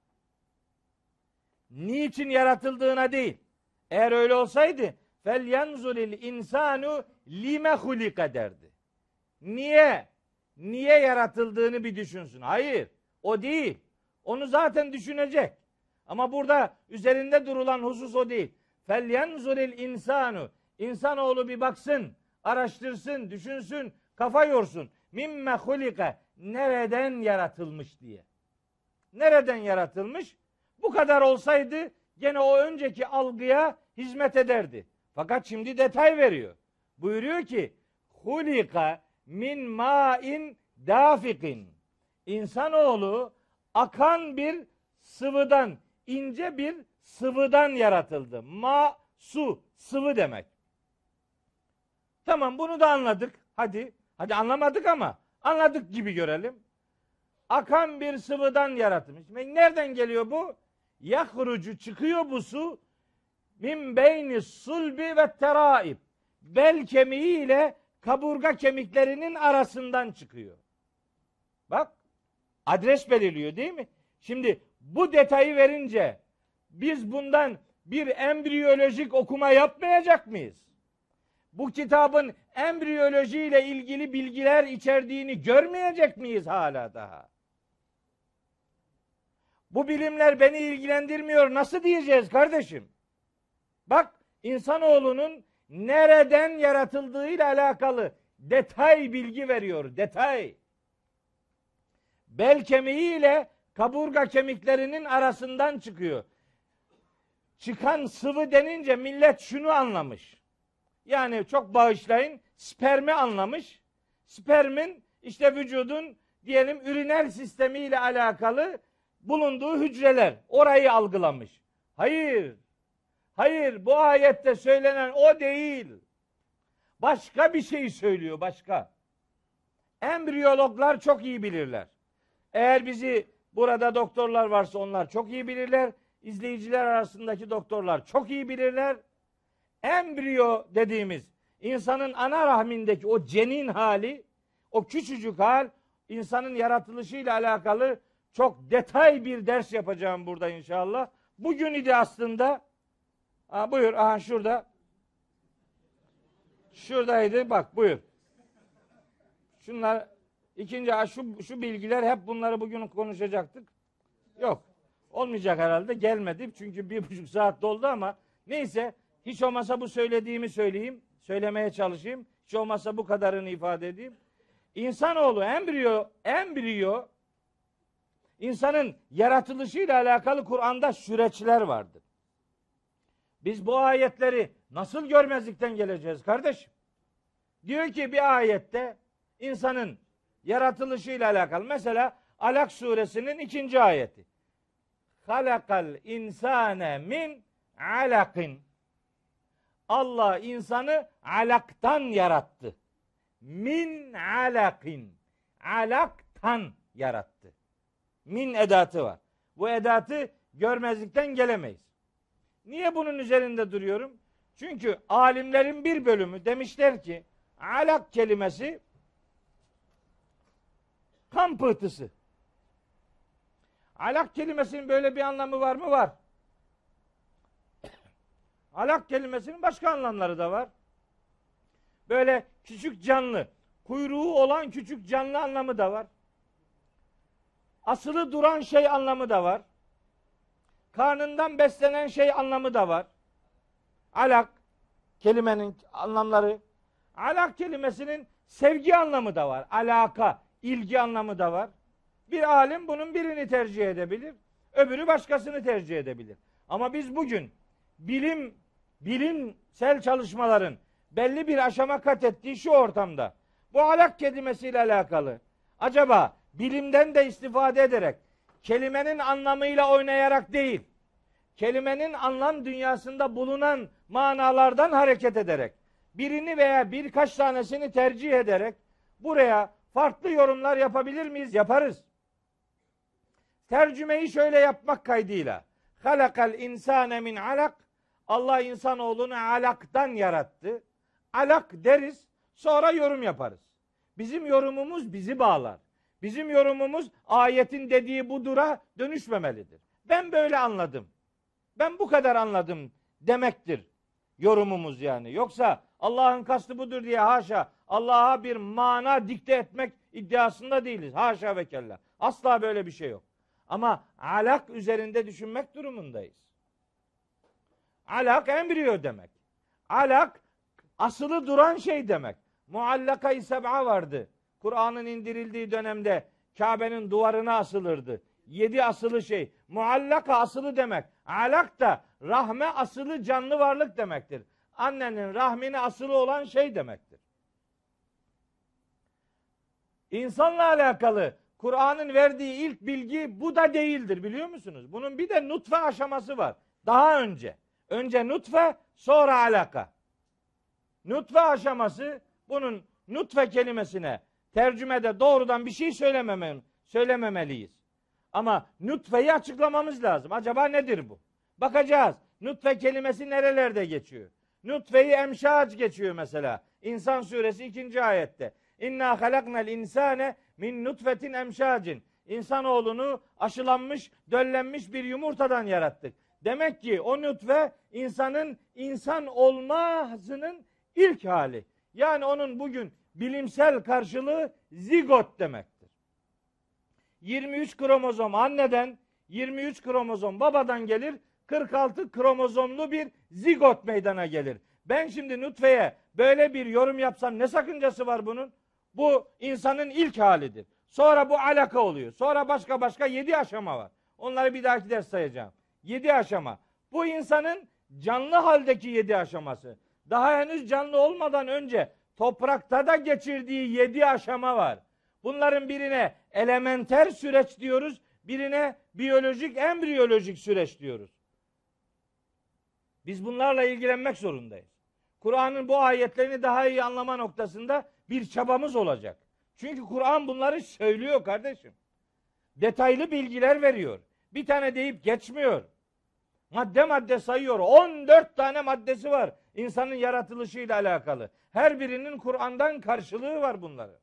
Niçin yaratıldığına değil. Eğer öyle olsaydı felyanzuril insanu lime hulika derdi. Niye? Niye yaratıldığını bir düşünsün. Hayır. O değil. Onu zaten düşünecek. Ama burada üzerinde durulan husus o değil. Felyanzuril insanu. İnsanoğlu bir baksın, araştırsın, düşünsün, kafa yorsun. Mimme hulika. Nereden yaratılmış diye. Nereden yaratılmış? Bu kadar olsaydı gene o önceki algıya hizmet ederdi. Fakat şimdi detay veriyor. Buyuruyor ki hulika min ma'in dafikin. İnsanoğlu akan bir sıvıdan, ince bir sıvıdan yaratıldı. Ma, su, sıvı demek. Tamam, bunu da anladık. Hadi anlamadık ama anladık gibi görelim. Akan bir sıvıdan yaratılmış. Nereden geliyor bu? Yahrucu, çıkıyor bu su min beyni sulbi ve teraib. Bel kemiği ile kaburga kemiklerinin arasından çıkıyor. Bak, adres belirliyor değil mi? Şimdi bu detayı verince biz bundan bir embriyolojik okuma yapmayacak mıyız? Bu kitabın embriyoloji ile ilgili bilgiler içerdiğini görmeyecek miyiz hala daha? Bu bilimler beni ilgilendirmiyor. Nasıl diyeceğiz kardeşim? Bak, insanoğlunun nereden yaratıldığıyla alakalı detay bilgi veriyor. Detay. Bel kemiği ile kaburga kemiklerinin arasından çıkıyor. Çıkan sıvı denince millet şunu anlamış. Yani çok bağışlayın, spermi anlamış. Spermin işte vücudun diyelim üriner sistemiyle alakalı bulunduğu hücreler. Orayı algılamış. Hayır. Hayır, bu ayette söylenen o değil. Başka bir şey söylüyor, başka. Embriyologlar çok iyi bilirler. Eğer bizi burada doktorlar varsa onlar çok iyi bilirler. İzleyiciler arasındaki doktorlar çok iyi bilirler. Embriyo dediğimiz insanın ana rahmindeki o cenin hali, o küçücük hal, insanın yaratılışıyla alakalı çok detay bir ders yapacağım burada inşallah. Bugün idi aslında. Buyur, aha şurada. Şuradaydı, bak buyur. Şunlar ikinci, şu bilgiler, hep bunları bugün konuşacaktık. Yok, olmayacak herhalde, gelmedi çünkü 1,5 saat doldu ama neyse, hiç olmasa bu söylediğimi söyleyeyim, söylemeye çalışayım. Hiç olmazsa bu kadarını ifade edeyim. İnsanoğlu embriyo insanın yaratılışıyla alakalı Kur'an'da süreçler vardır. Biz bu ayetleri nasıl görmezlikten geleceğiz kardeşim? Diyor ki bir ayette insanın yaratılışıyla alakalı. Mesela Alak suresinin 2. ayeti. Halakal insane min alakin. Allah insanı alaktan yarattı. Min alakin. Alaktan yarattı. Min edatı var. Bu edatı görmezlikten gelemeyiz. Niye bunun üzerinde duruyorum? Çünkü alimlerin bir bölümü demişler ki alak kelimesi kan pıhtısı. Alak kelimesinin böyle bir anlamı var mı? Var. Alak kelimesinin başka anlamları da var. Böyle küçük canlı, kuyruğu olan küçük canlı anlamı da var. Asılı duran şey anlamı da var. Karnından beslenen şey anlamı da var. Alak kelimenin anlamları. Alak kelimesinin sevgi anlamı da var. Alaka, ilgi anlamı da var. Bir alim bunun birini tercih edebilir. Öbürü başkasını tercih edebilir. Ama biz bugün bilimsel çalışmaların belli bir aşama kat ettiği şu ortamda bu alak kelimesiyle alakalı acaba bilimden de istifade ederek kelimenin anlamıyla oynayarak değil, kelimenin anlam dünyasında bulunan manalardan hareket ederek birini veya birkaç tanesini tercih ederek buraya farklı yorumlar yapabilir miyiz? Yaparız. Tercümeyi şöyle yapmak kaydıyla. Halakal insane min alak. Allah insanoğlunu alaktan yarattı. Alak deriz, sonra yorum yaparız. Bizim yorumumuz bizi bağlar. Bizim yorumumuz ayetin dediği budura dönüşmemelidir. Ben böyle anladım. Ben bu kadar anladım demektir yorumumuz yani. Yoksa Allah'ın kastı budur diye haşa Allah'a bir mana dikte etmek iddiasında değiliz. Haşa ve kella. Asla böyle bir şey yok. Ama alak üzerinde düşünmek durumundayız. Alak embriyo demek. Alak asılı duran şey demek. Muallaka-i seb'a vardı. Kur'an'ın indirildiği dönemde Kabe'nin duvarına asılırdı. 7 asılı şey. Muallaka asılı demek. Alak da rahme asılı canlı varlık demektir. Annenin rahmine asılı olan şey demektir. İnsanla alakalı Kur'an'ın verdiği ilk bilgi bu da değildir, biliyor musunuz? Bunun bir de nutfe aşaması var. Daha önce. Önce nutfe, sonra alaka. Nutfe aşaması, bunun nutfe kelimesine tercümede doğrudan bir şey söylememeliyiz. Ama nutfeyi açıklamamız lazım. Acaba nedir bu? Bakacağız. Nutfe kelimesi nerelerde geçiyor? Nutfe-i emşac geçiyor mesela. İnsan suresi 2. ayette. İnna halaknal insane min nutfetin emşacin. İnsanoğlunu aşılanmış, döllenmiş bir yumurtadan yarattık. Demek ki o nutfe insanın insan olmasının ilk hali. Yani onun bugün bilimsel karşılığı zigot demektir. 23 kromozom anneden, 23 kromozom babadan gelir, 46 kromozomlu bir zigot meydana gelir. Ben şimdi nutfeye böyle bir yorum yapsam ne sakıncası var bunun? Bu insanın ilk halidir. Sonra bu alaka oluyor. Sonra başka 7 aşama var. Onları bir dahaki ders sayacağım. 7 aşama. Bu insanın canlı haldeki 7 aşaması. Daha henüz canlı olmadan önce toprakta da geçirdiği 7 aşama var. Bunların birine elementer süreç diyoruz, birine biyolojik, embriyolojik süreç diyoruz. Biz bunlarla ilgilenmek zorundayız. Kur'an'ın bu ayetlerini daha iyi anlama noktasında bir çabamız olacak. Çünkü Kur'an bunları söylüyor kardeşim. Detaylı bilgiler veriyor. Bir tane deyip geçmiyor. Madde madde sayıyor. 14 tane maddesi var insanın yaratılışıyla alakalı. Her birinin Kur'an'dan karşılığı var bunların.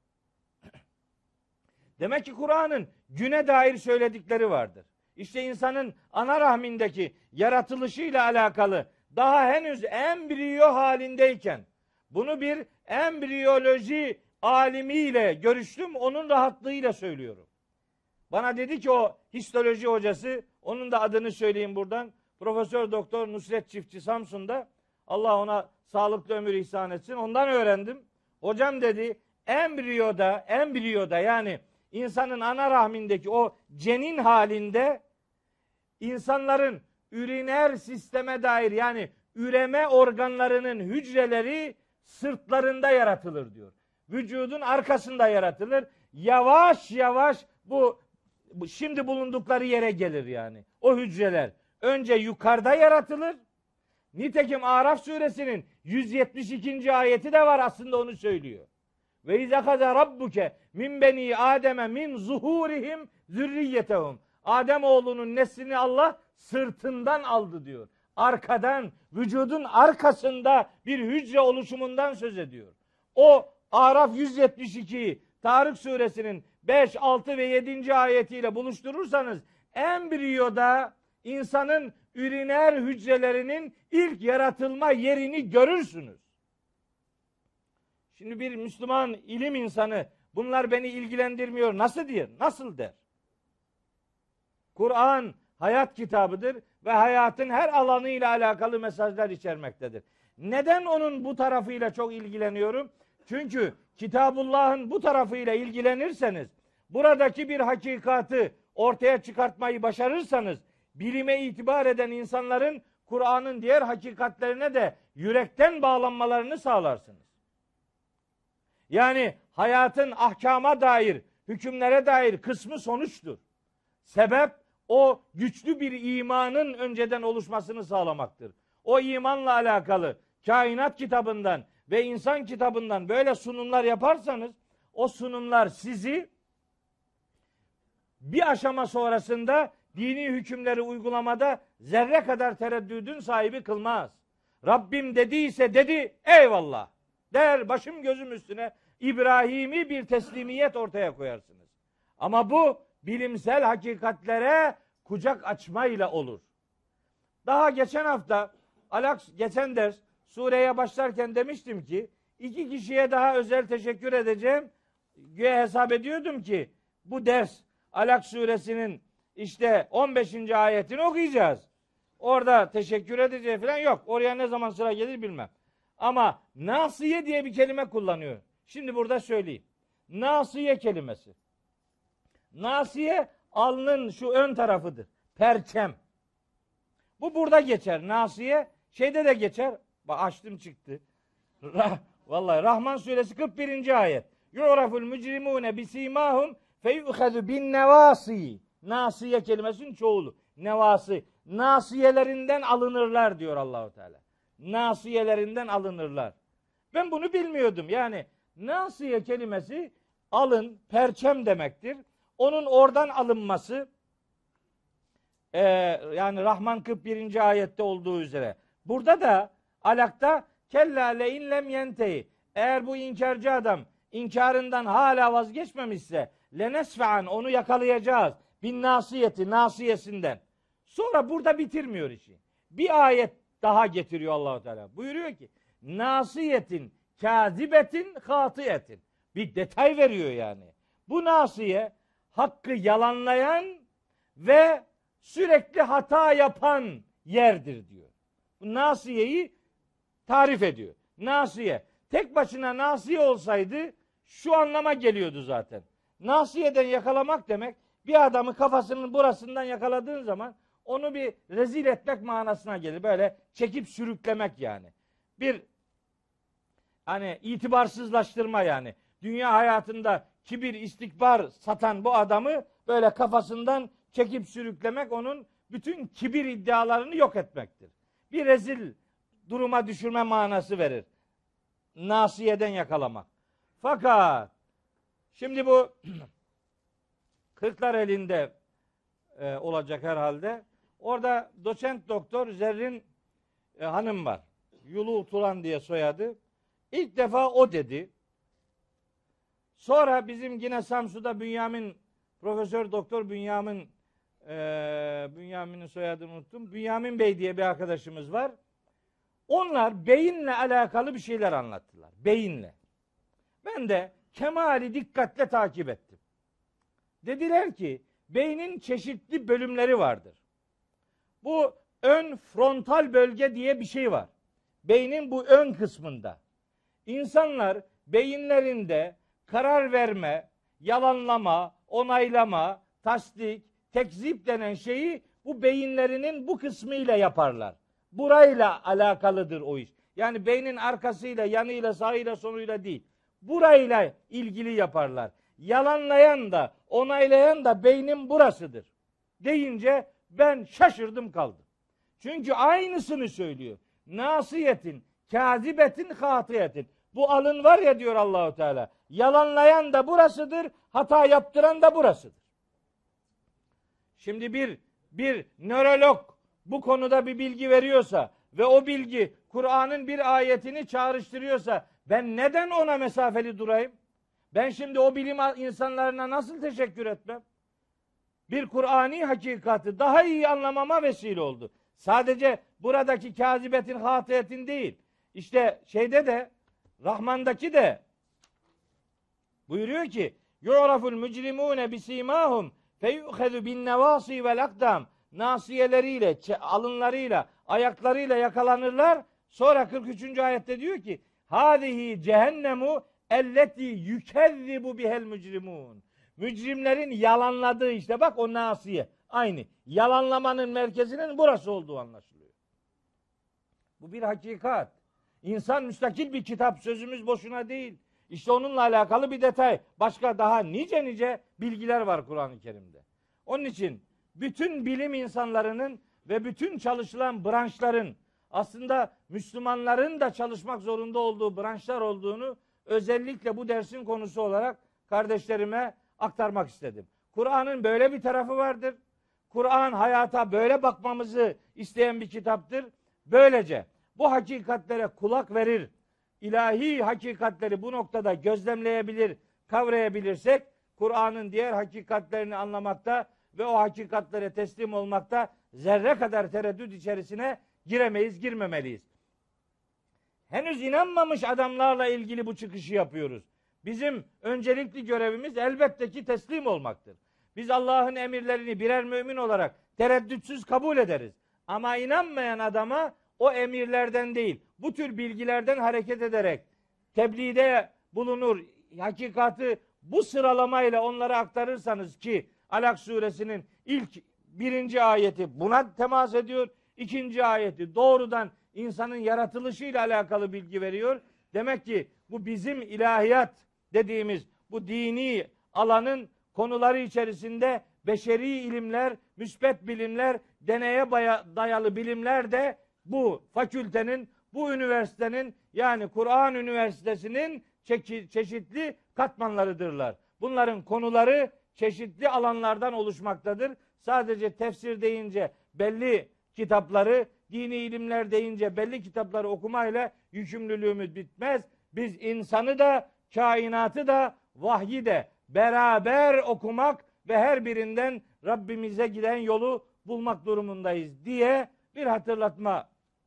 Demek ki Kur'an'ın güne dair söyledikleri vardır. İşte insanın ana rahmindeki yaratılışıyla alakalı daha henüz embriyo halindeyken bunu bir embriyoloji alimiyle görüştüm, onun rahatlığıyla söylüyorum. Bana dedi ki o histoloji hocası, onun da adını söyleyeyim buradan, Profesör Doktor Nusret Çiftçi Samsun'da, Allah ona sağlıklı ömür ihsan etsin. Ondan öğrendim. Hocam dedi, embriyoda yani insanın ana rahmindeki o cenin halinde insanların üriner sisteme dair, yani üreme organlarının hücreleri sırtlarında yaratılır diyor. Vücudun arkasında yaratılır. Yavaş yavaş bu şimdi bulundukları yere gelir yani. O hücreler önce yukarıda yaratılır. Nitekim Araf suresinin 172. ayeti de var, aslında onu söylüyor. Ve izâkaza rabbuke min beni Adem'e min zuhurihim zürriyetehum. Adem oğlunun neslini Allah sırtından aldı diyor. Arkadan, vücudun arkasında bir hücre oluşumundan söz ediyor. O Araf 172'yi Tarık suresinin 5, 6 ve 7. ayetiyle buluşturursanız embriyoda insanın üriner hücrelerinin ilk yaratılma yerini görürsünüz. Şimdi bir Müslüman ilim insanı bunlar beni ilgilendirmiyor nasıl diyor? Nasıl der? Kur'an hayat kitabıdır ve hayatın her alanıyla alakalı mesajlar içermektedir. Neden onun bu tarafıyla çok ilgileniyorum? Çünkü Kitabullah'ın bu tarafıyla ilgilenirseniz, buradaki bir hakikati ortaya çıkartmayı başarırsanız, bilime itibar eden insanların Kur'an'ın diğer hakikatlerine de yürekten bağlanmalarını sağlarsınız. Yani hayatın ahkama dair, hükümlere dair kısmı sonuçtur. Sebep o güçlü bir imanın önceden oluşmasını sağlamaktır. O imanla alakalı kainat kitabından ve insan kitabından böyle sunumlar yaparsanız, o sunumlar sizi bir aşama sonrasında dini hükümleri uygulamada zerre kadar tereddüdün sahibi kılmaz. Rabbim dediyse dedi, eyvallah der, başım gözüm üstüne İbrahimi bir teslimiyet ortaya koyarsınız. Ama bu bilimsel hakikatlere kucak açmayla olur. Daha geçen hafta, geçen ders sureye başlarken demiştim ki 2 kişiye daha özel teşekkür edeceğim. Güya hesap ediyordum ki bu ders Alak suresinin işte 15. ayetini okuyacağız. Orada teşekkür edeceği falan yok. Oraya ne zaman sıra gelir bilmem. Ama nasiye diye bir kelime kullanıyor. Şimdi burada söyleyeyim. Nasiye kelimesi. Nasiye alnın şu ön tarafıdır. Perçem. Bu burada geçer. Nasiye şeyde de geçer. Bak açtım çıktı. Vallahi Rahman suresi 41. ayet. Yu'raful mücrimune bisimahum feyukhadu bin nevasi. Nasiye kelimesinin çoğulu. Nevasi. Nasiyelerinden alınırlar diyor Allahu Teala. Nasiyelerinden alınırlar. Ben bunu bilmiyordum. Yani nasiye kelimesi alın, perçem demektir. Onun oradan alınması yani Rahman 41. ayette olduğu üzere. Burada da Alak'ta kella lein lem yentehi. Eğer bu inkarcı adam inkarından hala vazgeçmemişse lenesfa'an, onu yakalayacağız. Bin nasiyeti, nasiyesinden. Sonra burada bitirmiyor işi. Bir ayet daha getiriyor Allahu Teala. Buyuruyor ki nasiyetin, kâzibetin, hâtiyetin. Bir detay veriyor yani. Bu nasiye hakkı yalanlayan ve sürekli hata yapan yerdir diyor. Bu nasiyeyi tarif ediyor. Nasiye. Tek başına nasiye olsaydı şu anlama geliyordu zaten. Nasiyeden yakalamak demek, bir adamı kafasının burasından yakaladığın zaman onu bir rezil etmek manasına gelir. Böyle çekip sürüklemek yani. Bir hani itibarsızlaştırma yani. Dünya hayatında kibir, istikbar satan bu adamı böyle kafasından çekip sürüklemek, onun bütün kibir iddialarını yok etmektir. Bir rezil duruma düşürme manası verir. Nasiyeden yakalamak. Fakat şimdi bu Kırklareli'nde olacak herhalde. Orada doçent doktor Zerrin hanım var. Yulu Turan diye soyadı. İlk defa o dedi. Sonra bizim yine Samsun'da Profesör Doktor Bünyamin'in soyadını unuttum. Bünyamin Bey diye bir arkadaşımız var. Onlar beyinle alakalı bir şeyler anlattılar. Beyinle. Ben de kemali dikkatle takip ettim. Dediler ki beynin çeşitli bölümleri vardır. Bu ön frontal bölge diye bir şey var. beynin bu ön kısmında. İnsanlar beyinlerinde karar verme, yalanlama, onaylama, tasdik, tekzip denen şeyi bu beyinlerinin bu kısmıyla yaparlar. Burayla alakalıdır o iş. Yani beynin arkasıyla, yanıyla, sağıyla, soluyla değil. Burayla ilgili yaparlar. Yalanlayan da, onaylayan da beynin burasıdır deyince ben şaşırdım kaldım. Çünkü aynısını söylüyor. Nasiyetin, kâzibetin, hatiyetin. Bu alın var ya diyor Allahu Teala. Yalanlayan da burasıdır, hata yaptıran da burasıdır. Şimdi bir nörolog bu konuda bir bilgi veriyorsa ve o bilgi Kur'an'ın bir ayetini çağrıştırıyorsa ben neden ona mesafeli durayım? Ben şimdi o bilim insanlarına nasıl teşekkür etmem? Bir Kur'ani hakikati daha iyi anlamama vesile oldu. Sadece buradaki kâzibetin, hatiyetin değil. İşte şeyde de Rahman'daki de buyuruyor ki yu'raful mücrimûne bisimâhum feyu'khedü bin nevâsi vel akdam. Nasiyeleriyle, alınlarıyla, ayaklarıyla yakalanırlar. Sonra 43. ayette diyor ki hâzihi cehennemu elleti yükezzibu bihel mücrimun. Mücrimlerin yalanladığı işte bak o nasiye. Aynı. Yalanlamanın merkezinin burası olduğu anlaşılıyor. Bu bir hakikat. İnsan müstakil bir kitap, sözümüz boşuna değil. İşte onunla alakalı bir detay. Başka daha nice bilgiler var Kur'an-ı Kerim'de. Onun için bütün bilim insanlarının ve bütün çalışılan branşların aslında Müslümanların da çalışmak zorunda olduğu branşlar olduğunu özellikle bu dersin konusu olarak kardeşlerime aktarmak istedim. Kur'an'ın böyle bir tarafı vardır. Kur'an hayata böyle bakmamızı isteyen bir kitaptır. Böylece bu hakikatlere kulak verir, ilahi hakikatleri bu noktada gözlemleyebilir, kavrayabilirsek Kur'an'ın diğer hakikatlerini anlamakta ve o hakikatlere teslim olmakta zerre kadar tereddüt içerisine giremeyiz, girmemeliyiz. Henüz inanmamış adamlarla ilgili bu çıkışı yapıyoruz. Bizim öncelikli görevimiz elbette ki teslim olmaktır. Biz Allah'ın emirlerini birer mümin olarak tereddütsüz kabul ederiz. Ama inanmayan adama o emirlerden değil, bu tür bilgilerden hareket ederek tebliğde bulunur, hakikati bu sıralamayla onlara aktarırsanız ki Alak suresinin ilk 1. ayeti buna temas ediyor, 2. ayeti doğrudan insanın yaratılışıyla alakalı bilgi veriyor. Demek ki bu bizim ilahiyat dediğimiz bu dini alanın konuları içerisinde beşeri ilimler, müsbet bilimler, deneye dayalı bilimler de bu fakültenin, bu üniversitenin yani Kur'an Üniversitesi'nin çeşitli katmanlarıdırlar. Bunların konuları çeşitli alanlardan oluşmaktadır. Sadece tefsir deyince belli kitapları, dini ilimler deyince belli kitapları okumayla yükümlülüğümüz bitmez. Biz insanı da, kainatı da, vahyi de beraber okumak ve her birinden Rabbimize giden yolu bulmak durumundayız diye bir hatırlatma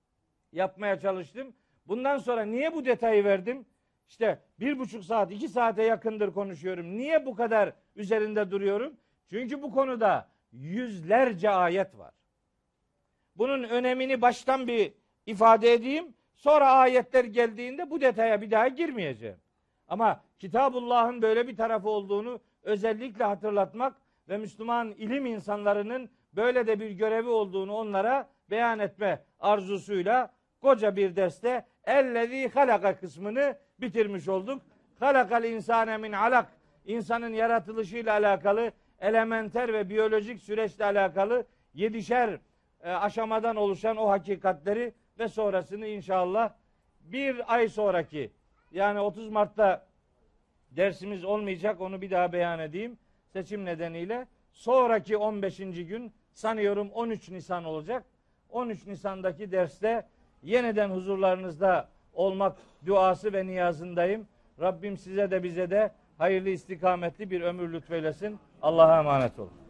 yapmaya çalıştım. Bundan sonra niye bu detayı verdim? İşte 1,5 saat, 2 saate yakındır konuşuyorum. Niye bu kadar üzerinde duruyorum? Çünkü bu konuda yüzlerce ayet var. Bunun önemini baştan bir ifade edeyim. Sonra ayetler geldiğinde bu detaya bir daha girmeyeceğim. Ama Kitabullah'ın böyle bir tarafı olduğunu özellikle hatırlatmak ve Müslüman ilim insanlarının böyle de bir görevi olduğunu onlara beyan etme arzusuyla koca bir derste ellezî halaka kısmını bitirmiş olduk. Halakal insâne min alak. İnsanın yaratılışıyla alakalı elementer ve biyolojik süreçle alakalı 7'şer aşamadan oluşan o hakikatleri ve sonrasını inşallah bir ay sonraki yani 30 Mart'ta dersimiz olmayacak, onu bir daha beyan edeyim. Seçim nedeniyle sonraki 15. gün sanıyorum 13 Nisan olacak. 13 Nisan'daki derste yeniden huzurlarınızda olmak duası ve niyazındayım. Rabbim size de bize de hayırlı istikametli bir ömür lütfeylesin. Allah'a emanet olun.